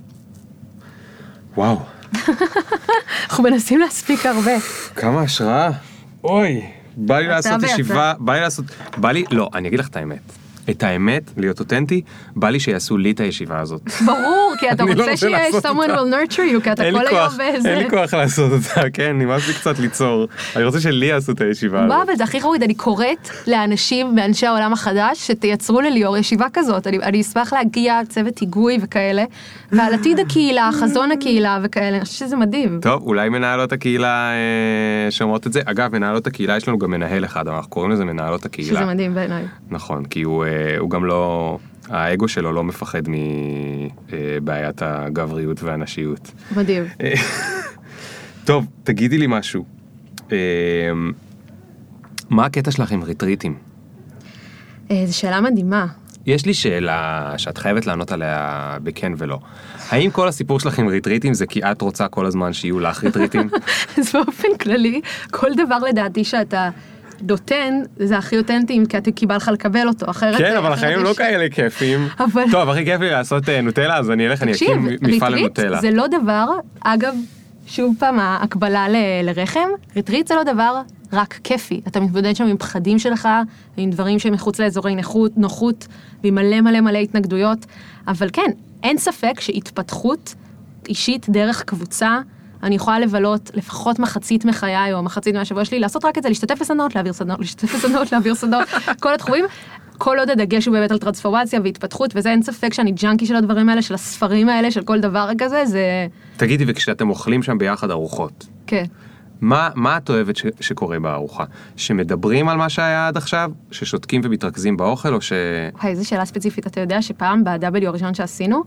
וואו. אנחנו מנסים להספיק הרבה. כמה השראה. אוי, בא לי לעשות ישיבה, לא, אני אגיד לך את האמת, להיות אותנטי, בא לי שיעשו לי את הישיבה הזאת. ברור, כי אתה רוצה שיש someone will nurture you, כי אתה כל היום באיזה... אין לי כוח לעשות אותה, כן, נמאס לי קצת ליצור. אני רוצה שלי יעשו את הישיבה הזאת. וואו, אבל זה הכי חרוד, אני קוראת לאנשים מאנשי העולם החדש, שתייצרו לליאור ישיבה כזאת. אני אשמח להגיע צוות היגוי וכאלה, ועל עתיד הקהילה, חזון הקהילה וכאלה, אני חושב שזה מדהים. טוב, אולי מנהלות הקהילה שומעות את זה. אגב, מנהלות הקהילה, יש לנו גם מנהל אחד, אנחנו קוראים לזה מנהלות הקהילה. שזה מדהים בעיניי. נכון, כי הוא גם לא, האגו שלו לא מפחד מבעיית הגבריות והנשיות. מדהים. טוב, תגידי לי משהו. מה הקטע שלך עם ריטריטים? זו שאלה מדהימה. יש לי שאלה שאת חייבת לענות עליה בכן ולא. האם כל הסיפור שלך עם ריטריטים זה כי את רוצה כל הזמן שיהיו לך ריטריטים? אז באופן כללי, כל דבר לדעתי שאתה נותן, זה הכי אותנטי, כי אתה קיבל לך לקבל אותו, אחרת... כן, אבל החיים לא כאלה כיפים. טוב, הכי כיף לי לעשות נוטלה, אז אני אלך, אני אקים מפעל לנוטלה. זה לא דבר, אגב, שוב פעם, ההקבלה לרחם, ריטריט זה לא דבר רק כיפי. אתה מתמודד שם עם פחדים שלך, עם דברים שהם מחוץ לאזורי נוחות, ועם מלא מלא מלא התנגדויות, אבל כן, אין ספק שהתפתחות אישית דרך קבוצה, אני יכולה לבלות לפחות מחצית מחיי, או מחצית מהשבוע שלי, לעשות רק את זה, להשתתף בסדנאות, להעביר סדנאות, להשתתף בסדנאות, להעביר סדנאות, כל התחומים, כל עוד הדגש הוא באמת על טרנספורמציה והתפתחות, וזה אין ספק שאני ג'אנקי של הדברים האלה, של הספרים האלה, של כל דבר כזה, זה... תגידי, וכשאתם אוכלים שם ביחד ארוחות, כן. מה את אוהבת שקורה בארוחה? שמדברים על מה שהיה עד עכשיו? ששותקים ומתרכזים באוכל, או ש... זו שאלה ספציפית, אתה יודע שפעם ב-W הראשון שעשינו,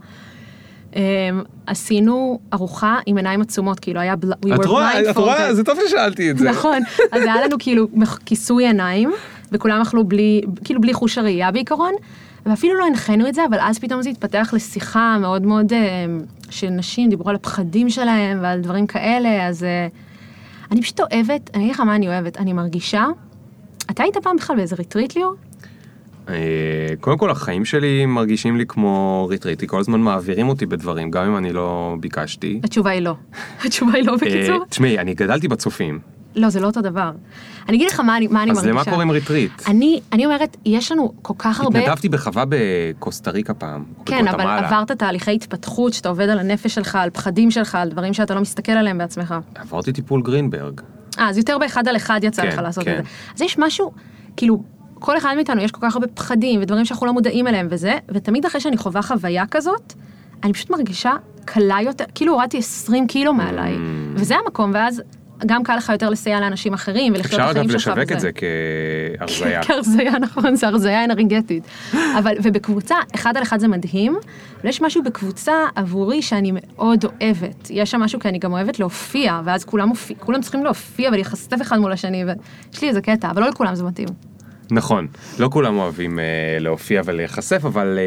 עשינו ארוחה עם עיניים עצומות, כאילו היה... את רואה, זה טוב ששאלתי את זה. נכון, אז היה לנו כאילו כיסוי עיניים, וכולם אכלו בלי חוש הראייה בעיקרון, ואפילו לא הנחנו את זה, אבל אז פתאום זה התפתח לשיחה מאוד מאוד, שנשים דיברו על הפחדים שלהם, ועל דברים כאלה, אז אני פשוט אוהבת, אני אגיד לך מה אני אוהבת, אני מרגישה, אתה היית פעם בכלל באיזה ריטריט, ליאור? קודם כל, החיים שלי מרגישים לי כמו ריטריטי, כל הזמן מעבירים אותי בדברים, גם אם אני לא ביקשתי. התשובה היא לא. התשובה היא לא בקיצור. תשמעי, אני גדלתי בצופים. לא, זה לא אותו דבר. אני אגיד לך מה אני מרגישה. אז למה קוראים ריטריט? אני אומרת, יש לנו כל כך הרבה... התנדבתי בחווה בקוסטה ריקה פעם. כן, אבל עברת תהליכי התפתחות, שאתה עובד על הנפש שלך, על פחדים שלך, על דברים שאתה לא מסתכל עליהם בעצמך. עברתי טיפול גרינברג. אז יותר באחד על אחד יצא לך לעשות את זה. אז יש משהו, כאילו, כל אחד מאיתנו יש כל כך הרבה פחדים ודברים שאנחנו לא מודעים אליהם וזה, ותמיד אחרי שאני חווה חוויה כזאת, אני פשוט מרגישה קלה יותר, כאילו הורדתי 20 קילו מעליי, וזה המקום, ואז גם קל לך יותר לסייע לאנשים אחרים, ולחיות את החיים שלך. אפשר אגב לשווק את זה כהרזיה. כהרזיה, נכון, זה הרזיה אנרגטית. ובקבוצה, אחד על אחד זה מדהים, אבל יש משהו בקבוצה עבורי שאני מאוד אוהבת. יש שם משהו כי אני גם אוהבת להופיע, ואז כולם צריכים להופיע ולהיחשף אחד מול השני, ויש לי איזה קטע, אבל לא לכולם זה מתאים. נכון, לא כולם אוהבים להופיע ולהיחשף, אבל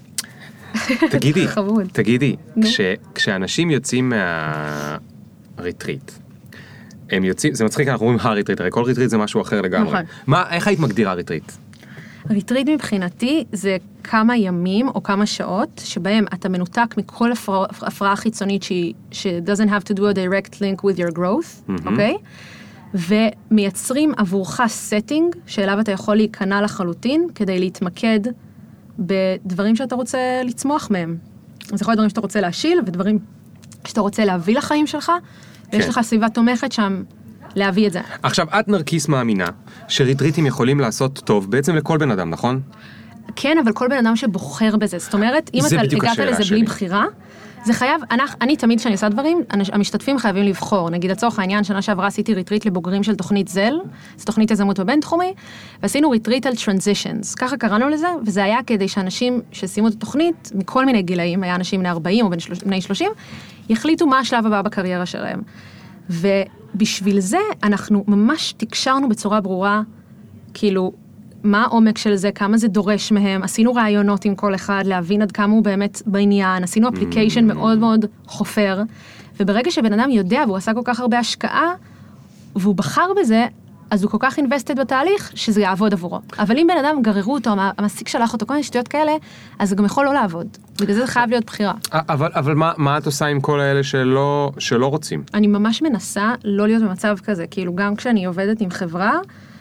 תגידי, כשאנשים יוצאים מהריטריט, הם יוצאים, זה מצחיק, אנחנו אומרים הריטריט, הרי כל ריטריט זה משהו אחר לגמרי. איך היית מגדירה ריטריט? ריטריט מבחינתי זה כמה ימים או כמה שעות, שבהם אתה מנותק מכל הפרעה חיצונית ש doesn't have to do a direct link with your growth, אוקיי? ומייצרים עבורך setting שאליו אתה יכול להיכנע לחלוטין כדי להתמקד בדברים שאתה רוצה לצמוח מהם. אז יכול להיות דברים שאתה רוצה להשיל ודברים שאתה רוצה להביא לחיים שלך, ויש לך סביבה תומכת שם להביא את זה. עכשיו, את נרקיס מאמינה שריטריטים יכולים לעשות טוב בעצם לכל בן אדם, נכון? כן, אבל כל בן אדם שבוחר בזה. זאת אומרת, אם אתה הגעת לזה בלי בחירה, זה חייב, אני תמיד כשאני עושה דברים, המשתתפים חייבים לבחור. נגיד, לצורך העניין, שנה שעברה עשיתי ריטריט לבוגרים של תוכנית זל, זו תוכנית יזמות בבין-תחומי, ועשינו ריטריט על transitions. ככה קראנו לזה, וזה היה כדי שאנשים שסיימו את התוכנית, מכל מיני גילאים, היה אנשים בני 40 או בני 30, יחליטו מה השלב הבא בקריירה שלהם. ובשביל זה אנחנו ממש תקשרנו בצורה ברורה, כאילו, מה העומק של זה, כמה זה דורש מהם, עשינו רעיונות עם כל אחד, להבין עד כמה הוא באמת בעניין, עשינו אפליקיישן מאוד מאוד חופר, וברגע שבן אדם יודע, והוא עשה כל כך הרבה השקעה, והוא בחר בזה, אז הוא כל כך invested בתהליך, שזה יעבוד עבורו. אבל אם בן אדם גררו אותו, המעסיק שלח אותו, כל מיני שטויות כאלה, אז זה גם יכול לא לעבוד. בגלל זה חייב להיות בחירה. אבל מה את עושה עם כל האלה שלא רוצים? אני ממש מנסה לא להיות במצב כזה, כאילו גם כשאני עובדת עם חברה,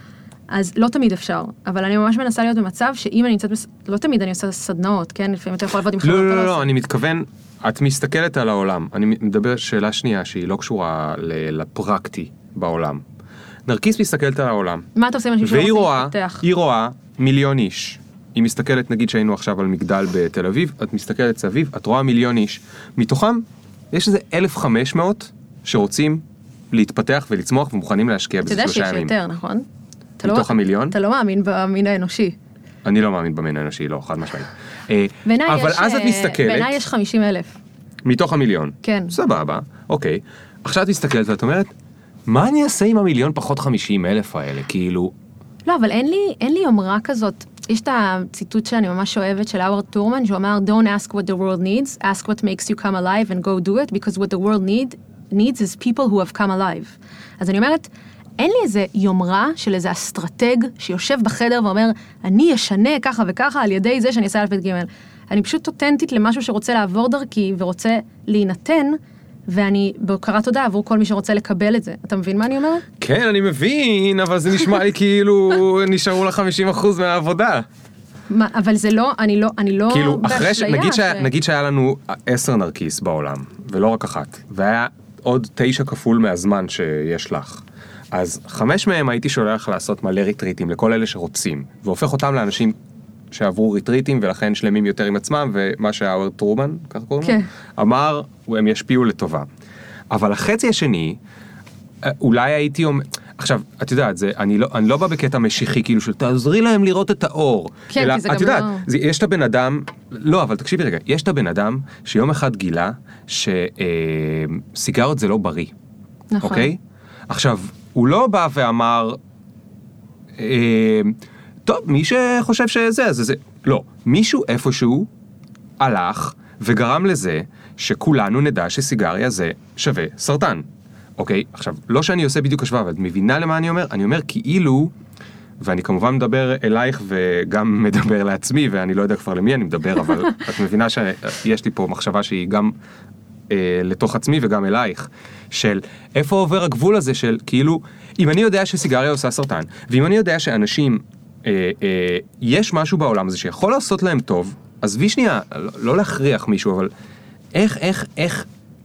אז לא תמיד אפשר, אבל אני ממש מנסה להיות במצב שאם אני נמצאת, לא תמיד אני עושה סדנאות, כן? לפעמים אתה יכול לעבוד עם חברות. לא, אני מתכוון, את מסתכלת על העולם. אני מדבר שאלה שנייה שהיא לא קשורה לפרקטי בעולם. נרקיס מסתכלת על העולם. מה אתה עושה עם אנשים שרוצים להתפתח? והיא רואה מיליון איש. היא מסתכלת, נגיד שהיינו עכשיו על מגדל בתל אביב, את מסתכלת סביב, את רואה מיליון איש. מתוכם, יש איזה 1,500 שרוצים להתפתח ולצמוח ומוכנים להשקיע בזה 3 ימים. אתה יודע שיש יותר, נכון? מתוך המיליון? אתה לא מאמין במין האנושי. אני לא מאמין במין האנושי, לא, חד משמעית. אבל אז את מסתכלת... בעיניי יש 50,000. מתוך המיליון. כן. סבבה, אוקיי. עכשיו את מסתכלת ואת אומרת, מה אני אעשה עם המיליון פחות 50,000 האלה? כאילו... לא, אבל אין לי יומרה כזאת. יש את הציטוט שאני ממש אוהבת של האוורד טורמן, שהוא אמר, Don't ask what the world needs, ask what makes you come alive and go do it, because what the world needs is people who have come alive. אז אני אומרת, אין לי איזה יומרה של איזה אסטרטג שיושב בחדר ואומר, אני אשנה ככה וככה על ידי זה שאני אעשה אלף בית ג'. אני פשוט אותנטית למשהו שרוצה לעבור דרכי ורוצה להינתן, ואני בהוקרת תודה עבור כל מי שרוצה לקבל את זה. אתה מבין מה אני אומרת? כן, אני מבין, אבל זה נשמע לי כאילו נשארו לה 50% מהעבודה. אבל זה לא, אני לא כאילו, נגיד שהיה לנו 10 נרקיס בעולם, ולא רק אחת, והיה עוד 9 כפול מהזמן שיש לך. אז 5 מהם הייתי שולח לעשות מלא ריטריטים לכל אלה שרוצים, והופך אותם לאנשים שעברו ריטריטים ולכן שלמים יותר עם עצמם, ומה שהאוורד טורמן, כך קוראים לו, אמר, הם ישפיעו לטובה. אבל החצי השני, אולי הייתי אומר, עכשיו, את יודעת, אני לא בא בקטע משיחי, כאילו של תעזרי להם לראות את האור. כן, אלא, כי זה את גם יודעת, לא... יש את הבן אדם, לא, אבל תקשיבי רגע, יש את הבן אדם שיום אחד גילה שסיגרות זה לא בריא. נכון. אוקיי? עכשיו, הוא לא בא ואמר, טוב, מי שחושב שזה, אז זה. לא, מישהו איפשהו הלך וגרם לזה שכולנו נדע שסיגריה זה שווה סרטן. אוקיי? עכשיו, לא שאני עושה בדיוק השוואה, אבל את מבינה למה אני אומר? אני אומר כאילו, ואני כמובן מדבר אלייך וגם מדבר לעצמי, ואני לא יודע כבר למי אני מדבר, אבל את מבינה שיש לי פה מחשבה שהיא גם לתוך עצמי וגם אלייך, של איפה עובר הגבול הזה של כאילו, אם אני יודע שסיגריה עושה סרטן, ואם אני יודע שאנשים, יש משהו בעולם הזה שיכול לעשות להם טוב, אז וי שנייה, לא להכריח מישהו, אבל איך,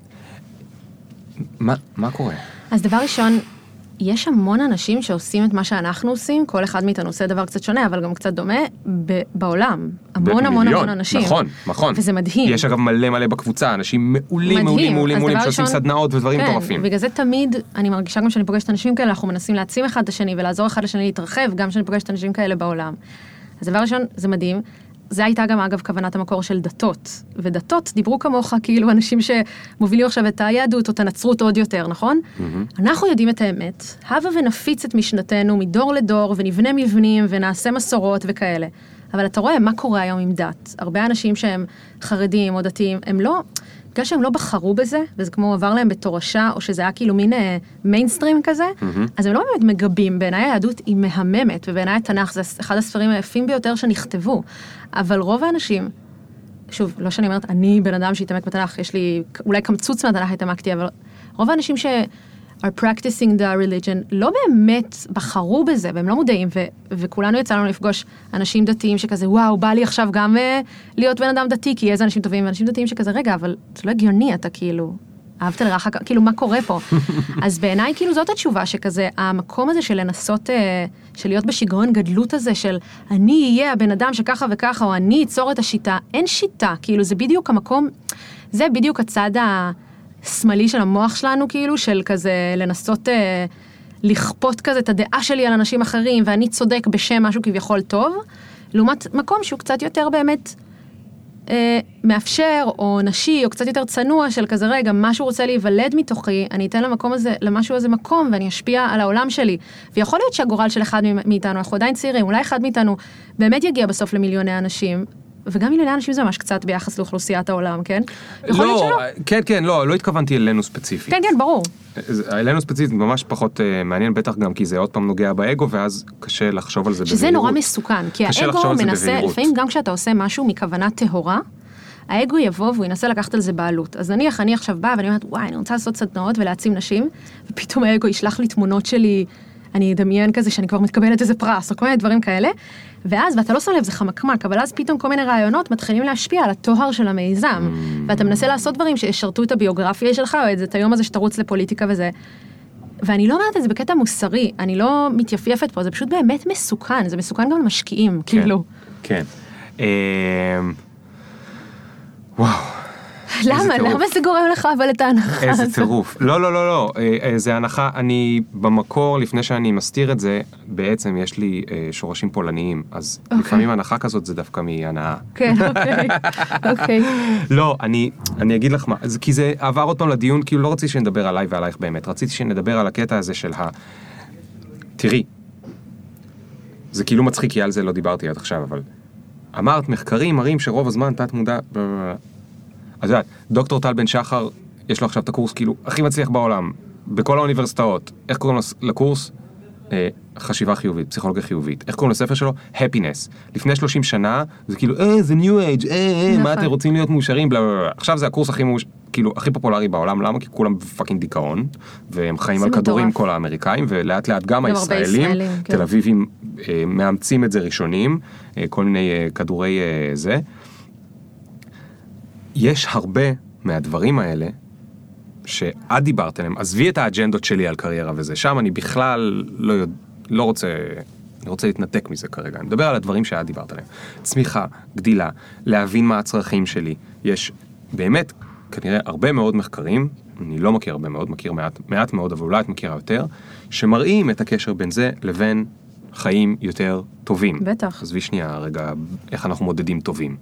מה קורה? אז דבר ראשון, יש המון אנשים שעושים את מה שאנחנו עושים, כל אחד מאיתנו עושה דבר קצת שונה, אבל גם קצת דומה, בעולם. המון אנשים. נכון. וזה מדהים. יש אגב מלא בקבוצה, אנשים מעולים, שעושים סדנאות ודברים מטורפים. בגלל זה תמיד, אני מרגישה גם שאני פוגשת אנשים כאלה, אנחנו מנסים להעצים אחד את השני, ולעזור אחד לשני להתרחב, גם שאני פוגשת אנשים כאלה בעולם. אז דבר ראשון, זה מדהים. זה הייתה גם אגב כוונת המקור של דתות, ודתות דיברו כמוך כאילו אנשים שמובילים עכשיו את היהדות או את הנצרות עוד יותר, נכון? אנחנו יודעים את האמת, הבה ונפיץ את משנתנו מדור לדור ונבנה מבנים ונעשה מסורות וכאלה. אבל אתה רואה מה קורה היום עם דת. הרבה אנשים שהם חרדים או דתיים, הם לא, בגלל שהם לא בחרו בזה, וזה כמו עבר להם בתורשה, או שזה היה כאילו מין מיינסטרים כזה, אז הם לא באמת מגבים. בעיניי היהדות היא מהממת, ובעיניי התנ"ך זה אחד הספרים היפים ביותר שנכתבו. אבל רוב האנשים, שוב, לא שאני אומרת, אני בן אדם שהתעמק בתנ"ך, יש לי אולי קמצוץ מהתנ"ך התעמקתי, אבל רוב האנשים are practicing the religion, לא באמת בחרו בזה, והם לא מודעים, וכולנו יצא לנו לפגוש אנשים דתיים שכזה, וואו, בא לי עכשיו גם להיות בן אדם דתי, כי איזה אנשים טובים, ואנשים דתיים שכזה, רגע, אבל זה לא הגיוני, אתה כאילו, אהבת לרעך, כאילו, מה קורה פה? אז בעיניי, כאילו, זאת התשובה, שכזה, המקום הזה של לנסות, של להיות בשיגעון גדלות הזה, של אני אהיה הבן אדם שככה וככה, או אני אצור את השיטה, אין שיטה, כאילו, זה בדיוק המקום, זה בדיוק הצד שמאלי של המוח שלנו, כאילו, של כזה לנסות לכפות כזה את הדעה שלי על אנשים אחרים, ואני צודק בשם משהו כביכול טוב, לעומת מקום שהוא קצת יותר באמת מאפשר, או נשי, או קצת יותר צנוע של כזה רגע, משהו רוצה להיוולד מתוכי, אני אתן למקום הזה, למשהו הזה מקום, ואני אשפיע על העולם שלי. ויכול להיות שהגורל של אחד מאיתנו, אנחנו עדיין צעירים, אולי אחד מאיתנו באמת יגיע בסוף למיליוני אנשים, וגם מיליוני אנשים זה ממש קצת ביחס לאוכלוסיית העולם, כן? לא, כן, לא התכוונתי אלינו ספציפית. כן, ברור. אלינו ספציפית ממש פחות מעניין, בטח גם כי זה עוד פעם נוגע באגו, ואז קשה לחשוב על זה בבהירות. שזה נורא מסוכן, כי האגו מנסה, לפעמים גם כשאתה עושה משהו מכוונה טהורה, האגו יבוא והוא ינסה לקחת על זה בעלות. אז נניח, אני עכשיו באה ואני אומרת, וואי, אני רוצה לעשות סדנאות ולהעצים נשים, ופתאום האגו ישלח לי תמונות שלי, אני אדמיין כזה שאני כבר מתקבלת איזה פרס, או כל מיני דברים כאלה, ואז, ואתה לא שם לב, זה חמקמק, אבל אז פתאום כל מיני רעיונות מתחילים להשפיע על התואר של המיזם, ואתה מנסה לעשות דברים שישרתו את הביוגרפיה שלך, או את היום הזה שתרוץ לפוליטיקה וזה. ואני לא אומרת את זה בקטע מוסרי, אני לא מתייפייפת פה, זה פשוט באמת מסוכן, זה מסוכן גם למשקיעים, כאילו. כן. וואו. למה זה גורם לך אבל את ההנחה הזאת? איזה טירוף. לא. זה הנחה, אני במקור, לפני שאני מסתיר את זה, בעצם יש לי שורשים פולניים, אז לפעמים הנחה כזאת זה דווקא מהנאה. כן, אוקיי. לא, אני אגיד לך מה, כי זה עבר עוד פעם לדיון, כאילו לא רציתי שנדבר עליי ועלייך באמת, רציתי שנדבר על הקטע הזה של תראי, זה כאילו מצחיק, כי על זה לא דיברתי עד עכשיו, אבל אמרת, מחקרים מראים שרוב הזמן תת מודע, אז יודעת, דוקטור טל בן שחר, יש לו עכשיו את הקורס כאילו הכי מצליח בעולם, בכל האוניברסיטאות. איך קוראים לקורס? חשיבה חיובית, פסיכולוגיה חיובית. איך קוראים לספר שלו? Happiness. לפני 30 שנה, זה כאילו, זה New Age, מה אתם רוצים להיות מאושרים? עכשיו זה הקורס הכי פופולרי בעולם, למה? כי כולם פאקינג דיכאון, והם חיים על כדורים כל האמריקאים, ולאט לאט גם הישראלים, תל אביבים, מאמצים את זה ראשונים, כל מיני כדורי זה. יש הרבה מהדברים האלה שאת דיברת עליהם, עזבי את האג'נדות שלי על קריירה וזה, שם אני בכלל לא רוצה, אני רוצה להתנתק מזה כרגע, אני מדבר על הדברים שאת דיברת עליהם. צמיחה, גדילה, להבין מה הצרכים שלי, יש באמת כנראה הרבה מאוד מחקרים, אני לא מכיר הרבה מאוד, מכיר מעט מאוד, אבל אולי את מכירה יותר, שמראים את הקשר בין זה לבין חיים יותר טובים. בטח. עזבי שנייה רגע, איך אנחנו מודדים טובים.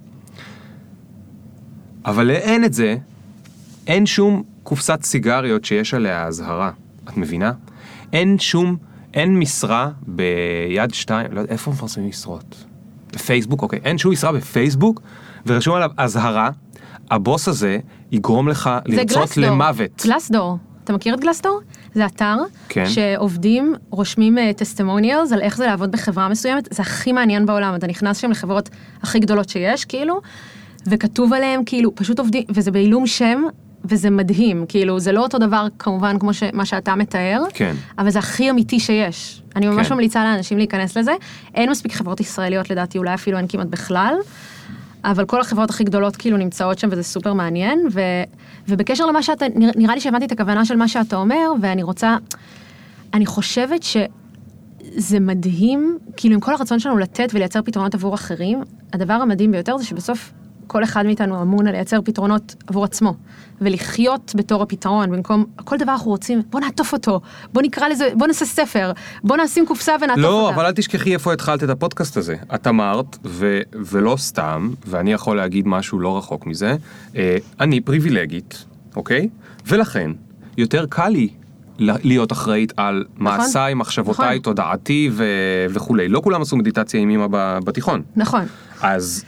אבל אין את זה, אין שום קופסת סיגריות שיש עליה הזהרה, את מבינה? אין משרה ביד 2, לא יודע, איפה מפרסמים משרות? בפייסבוק, אוקיי, אין שום משרה בפייסבוק, ורשום עליו הזהרה, הבוס הזה יגרום לך לרצות למוות. גלסדור, אתה מכיר את גלסדור? זה אתר שעובדים, רושמים טסטימוניאלס על איך זה לעבוד בחברה מסוימת, זה הכי מעניין בעולם, אתה נכנס שם לחברות הכי גדולות שיש, כאילו, וכתוב עליהם, כאילו, פשוט עובדים, וזה בעילום שם, וזה מדהים, כאילו, זה לא אותו דבר, כמובן, כמו מה שאתה מתאר, כן. אבל זה הכי אמיתי שיש. אני ממש ממליצה לאנשים להיכנס לזה. אין מספיק חברות ישראליות, לדעתי, אולי אפילו אין כמעט בכלל, אבל כל החברות הכי גדולות, כאילו, נמצאות שם, וזה סופר מעניין, ובקשר למה שאתה, נראה לי שהבנתי את הכוונה של מה שאתה אומר, אני חושבת שזה מדהים, כאילו, עם כל הרצון שלנו לתת ולייצר פתרונות עבור אחרים, הדבר המדהים ביותר זה שבסוף כל אחד מאיתנו אמון על לייצר פתרונות עבור עצמו, ולחיות בתור הפתרון, במקום, כל דבר אנחנו רוצים, בוא נעטוף אותו, בוא נקרא לזה, בוא נעשה ספר, בוא נשים קופסה ונעטוף אותה. לא, אבל אל תשכחי איפה התחלת את הפודקאסט הזה. את אמרת, ולא סתם, ואני יכול להגיד משהו לא רחוק מזה, אני פריבילגית, אוקיי? ולכן, יותר קל לי להיות אחראית על מעשיי, מחשבותיי, תודעתי וכולי. לא כולם עשו מדיטציה עם אמא בתיכון. נכון. אז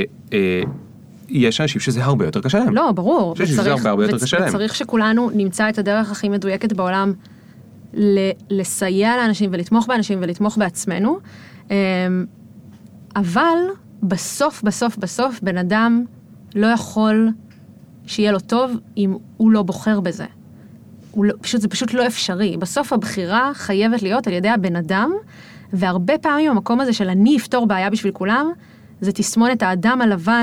יש אנשים שזה הרבה יותר קשה להם. לא, ברור. וצריך שכולנו נמצא את הדרך הכי מדויקת בעולם לסייע לאנשים ולתמוך באנשים ולתמוך בעצמנו. אבל בסוף, בן אדם לא יכול שיהיה לו טוב אם הוא לא בוחר בזה. זה פשוט לא אפשרי. בסוף הבחירה חייבת להיות על ידי הבן אדם, והרבה פעמים המקום הזה של אני אפתור בעיה בשביל כולם, זה תסמונת האדם הלבן,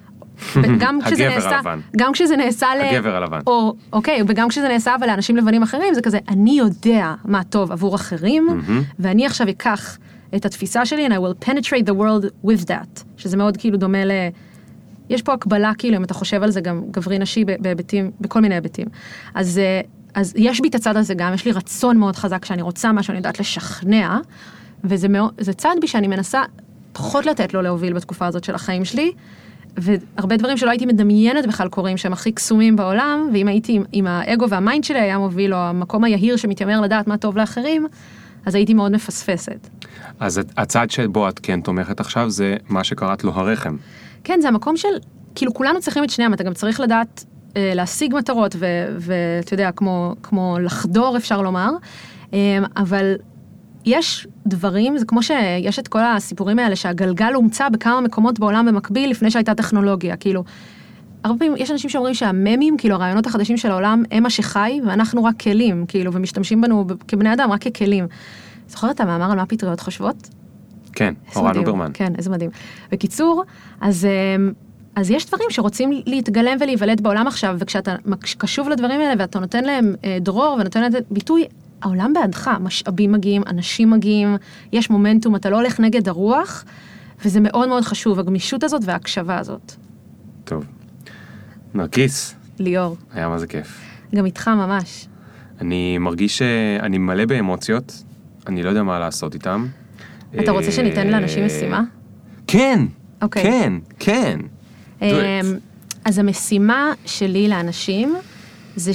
גם כשזה נעשה הגבר הלבן. אוקיי, וגם כשזה נעשה אבל לאנשים לבנים אחרים, זה כזה, אני יודע מה טוב עבור אחרים, ואני עכשיו אקח את התפיסה שלי, and I will penetrate the world with that, שזה מאוד כאילו דומה יש פה הקבלה, כאילו, אם אתה חושב על זה גם גברי נשי בהיבטים, בכל מיני היבטים. אז יש בי את הצד הזה גם, יש לי רצון מאוד חזק שאני רוצה משהו, אני יודעת לשכנע, וזה צד בי שאני מנסה פחות לתת לו להוביל בתקופה הזאת של החיים שלי, והרבה דברים שלא הייתי מדמיינת בכלל קורים, שהם הכי קסומים בעולם, ואם הייתי עם האגו והמיינד שלי היה מוביל, או המקום היהיר שמתיימר לדעת מה טוב לאחרים, אז הייתי מאוד מפספסת. אז הצד שבו את כן תומכת עכשיו, זה מה שקראת לו הרחם. כן, זה המקום של, כאילו כולנו צריכים את שניהם, אתה גם צריך לדעת להשיג מטרות, ואתה יודע, כמו לחדור אפשר לומר, אבל יש דברים, זה כמו שיש את כל הסיפורים האלה, שהגלגל הומצא בכמה מקומות בעולם במקביל, לפני שהייתה טכנולוגיה, כאילו, הרבה פעמים יש אנשים שאומרים שהממים, כאילו הרעיונות החדשים של העולם, הם מה שחי, ואנחנו רק כלים, כאילו, ומשתמשים בנו כבני אדם, רק ככלים. זוכרת את המאמר על מה פטריות חושבות? כן, אורן אוברמן. כן, איזה מדהים. בקיצור, אז יש דברים שרוצים להתגלם ולהיוולד בעולם עכשיו, וכשאתה קשוב לדברים האלה, ואתה נותן להם דרור, ונותן להם ביטוי, העולם בעדך, משאבים מגיעים, אנשים מגיעים, יש מומנטום, אתה לא הולך נגד הרוח, וזה מאוד מאוד חשוב, הגמישות הזאת וההקשבה הזאת. טוב. נרקיס. ליאור. היה מה זה כיף. גם איתך ממש. אני מרגיש שאני מלא באמוציות, אני לא יודע מה לעשות איתם. אתה רוצה שניתן לאנשים משימה? כן, אוקיי. כן, כן. אז המשימה שלי לאנשים, זה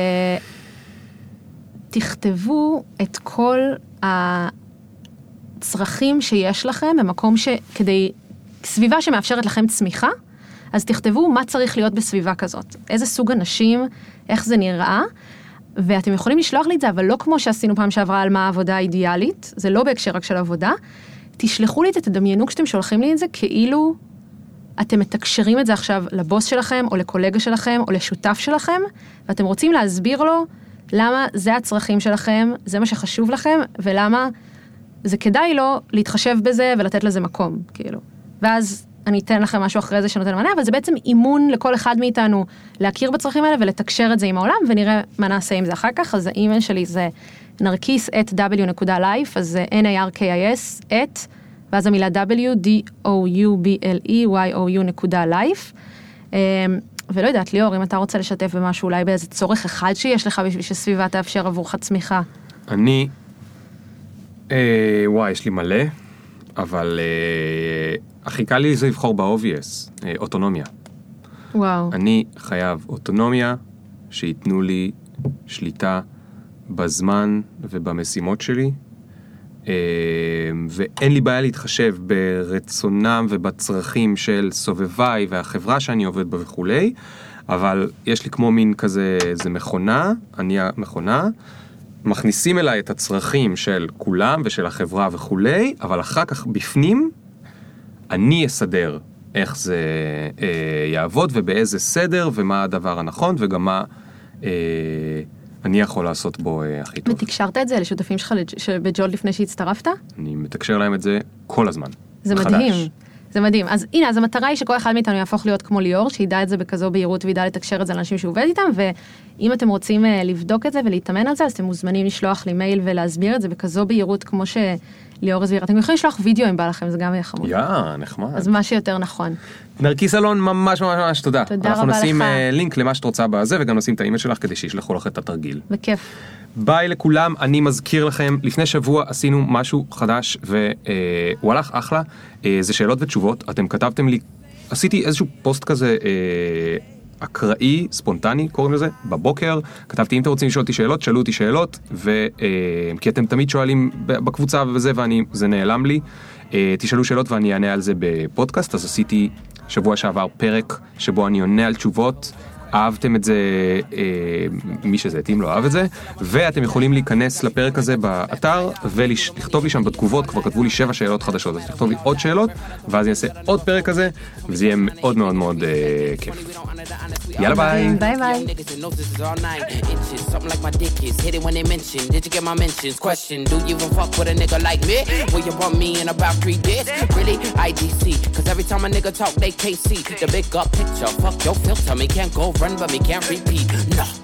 שתכתבו את כל הצרכים שיש לכם, במקום שכדי, סביבה שמאפשרת לכם צמיחה, אז תכתבו מה צריך להיות בסביבה כזאת. איזה סוג אנשים, איך זה נראה, ואתם יכולים לשלוח לי את זה, אבל לא כמו שעשינו פעם שעברה על מה העבודה האידיאלית, זה לא בהקשר רק של עבודה, תשלחו לי את זה, תדמיינו כשאתם שולחים לי את זה, כאילו אתם מתקשרים את זה עכשיו לבוס שלכם, או לקולגה שלכם, או לשותף שלכם, ואתם רוצים להסביר לו למה זה הצרכים שלכם, זה מה שחשוב לכם, ולמה זה כדאי לו להתחשב בזה ולתת לזה מקום, כאילו. ואז אני אתן לכם משהו אחרי זה שנותן מענה, אבל זה בעצם אימון לכל אחד מאיתנו להכיר בצרכים האלה ולתקשר את זה עם העולם, ונראה מה נעשה עם זה אחר כך. אז האימייל שלי זה narkis@w.life, אז זה narkis, ואז המילה w.doubleyou.life. ולא יודעת, ליאור, אם אתה רוצה לשתף במשהו, אולי באיזה צורך אחד שיש לך בשביל שסביבה תאפשר עבורך צמיחה. וואי, יש לי מלא, אבל הכי קל לי זה לבחור ב-obvious, אוטונומיה. וואו. אני חייב אוטונומיה, שיתנו לי שליטה בזמן ובמשימות שלי, ואין לי בעיה להתחשב ברצונם ובצרכים של סובביי והחברה שאני עובד בה וכולי, אבל יש לי כמו מין כזה, זה מכונה, אני המכונה, מכניסים אליי את הצרכים של כולם ושל החברה וכולי, אבל אחר כך בפנים, אני אסדר איך זה יעבוד ובאיזה סדר ומה הדבר הנכון וגם מה אני יכול לעשות בו הכי טוב. ותקשרת את זה לשותפים שלך בג'ולט לפני שהצטרפת? אני מתקשר להם את זה כל הזמן. זה מדהים. זה מדהים. אז הנה, אז המטרה היא שכל אחד מאיתנו יהפוך להיות כמו ליאור, שידע את זה בכזו בהירות וידע לתקשר את זה לאנשים שהוא עובד איתם, ואם אתם רוצים לבדוק את זה ולהתאמן על זה, אז אתם מוזמנים לשלוח לי מייל ולהסביר את זה בכזו בהירות כמו שליאור הסביר. אתם יכולים לשלוח וידאו אם בא לכם, זה גם יהיה חמוד. נחמד. אז מה שיותר נכון. נרקיס אלון, ממש ממש ממש תודה. תודה רבה לך. אנחנו נשים לינק למה שאת רוצה בזה, וגם נשים את האימייל שלך כדי שישלחו לך את התרגיל. בכיף. ביי לכולם, אני מזכיר לכם, לפני שבוע עשינו משהו חדש והוא הלך אחלה, זה שאלות ותשובות, אתם כתבתם לי, עשיתי איזשהו פוסט כזה אקראי, ספונטני, קוראים לזה, בבוקר, כתבתי אם אתם רוצים לשאול אותי שאלות, שאלו אותי שאלות, כי אתם תמיד שואלים בקבוצה וזה, זה נעלם לי, תשאלו שאלות ואני אענה על זה בפודקאסט, אז עשיתי שבוע שעבר פרק שבו אני עונה על תשובות, אהבתם את זה, מי שזה התאים לא אהב את זה, ואתם יכולים להיכנס לפרק הזה באתר ולכתוב לי שם בתגובות, כבר כתבו לי 7 שאלות חדשות, אז תכתוב לי עוד שאלות, ואז אני אעשה עוד פרק כזה, וזה יהיה מאוד מאוד מאוד כיף. יאללה ביי. ביי ביי. Run, but me can't repeat. No.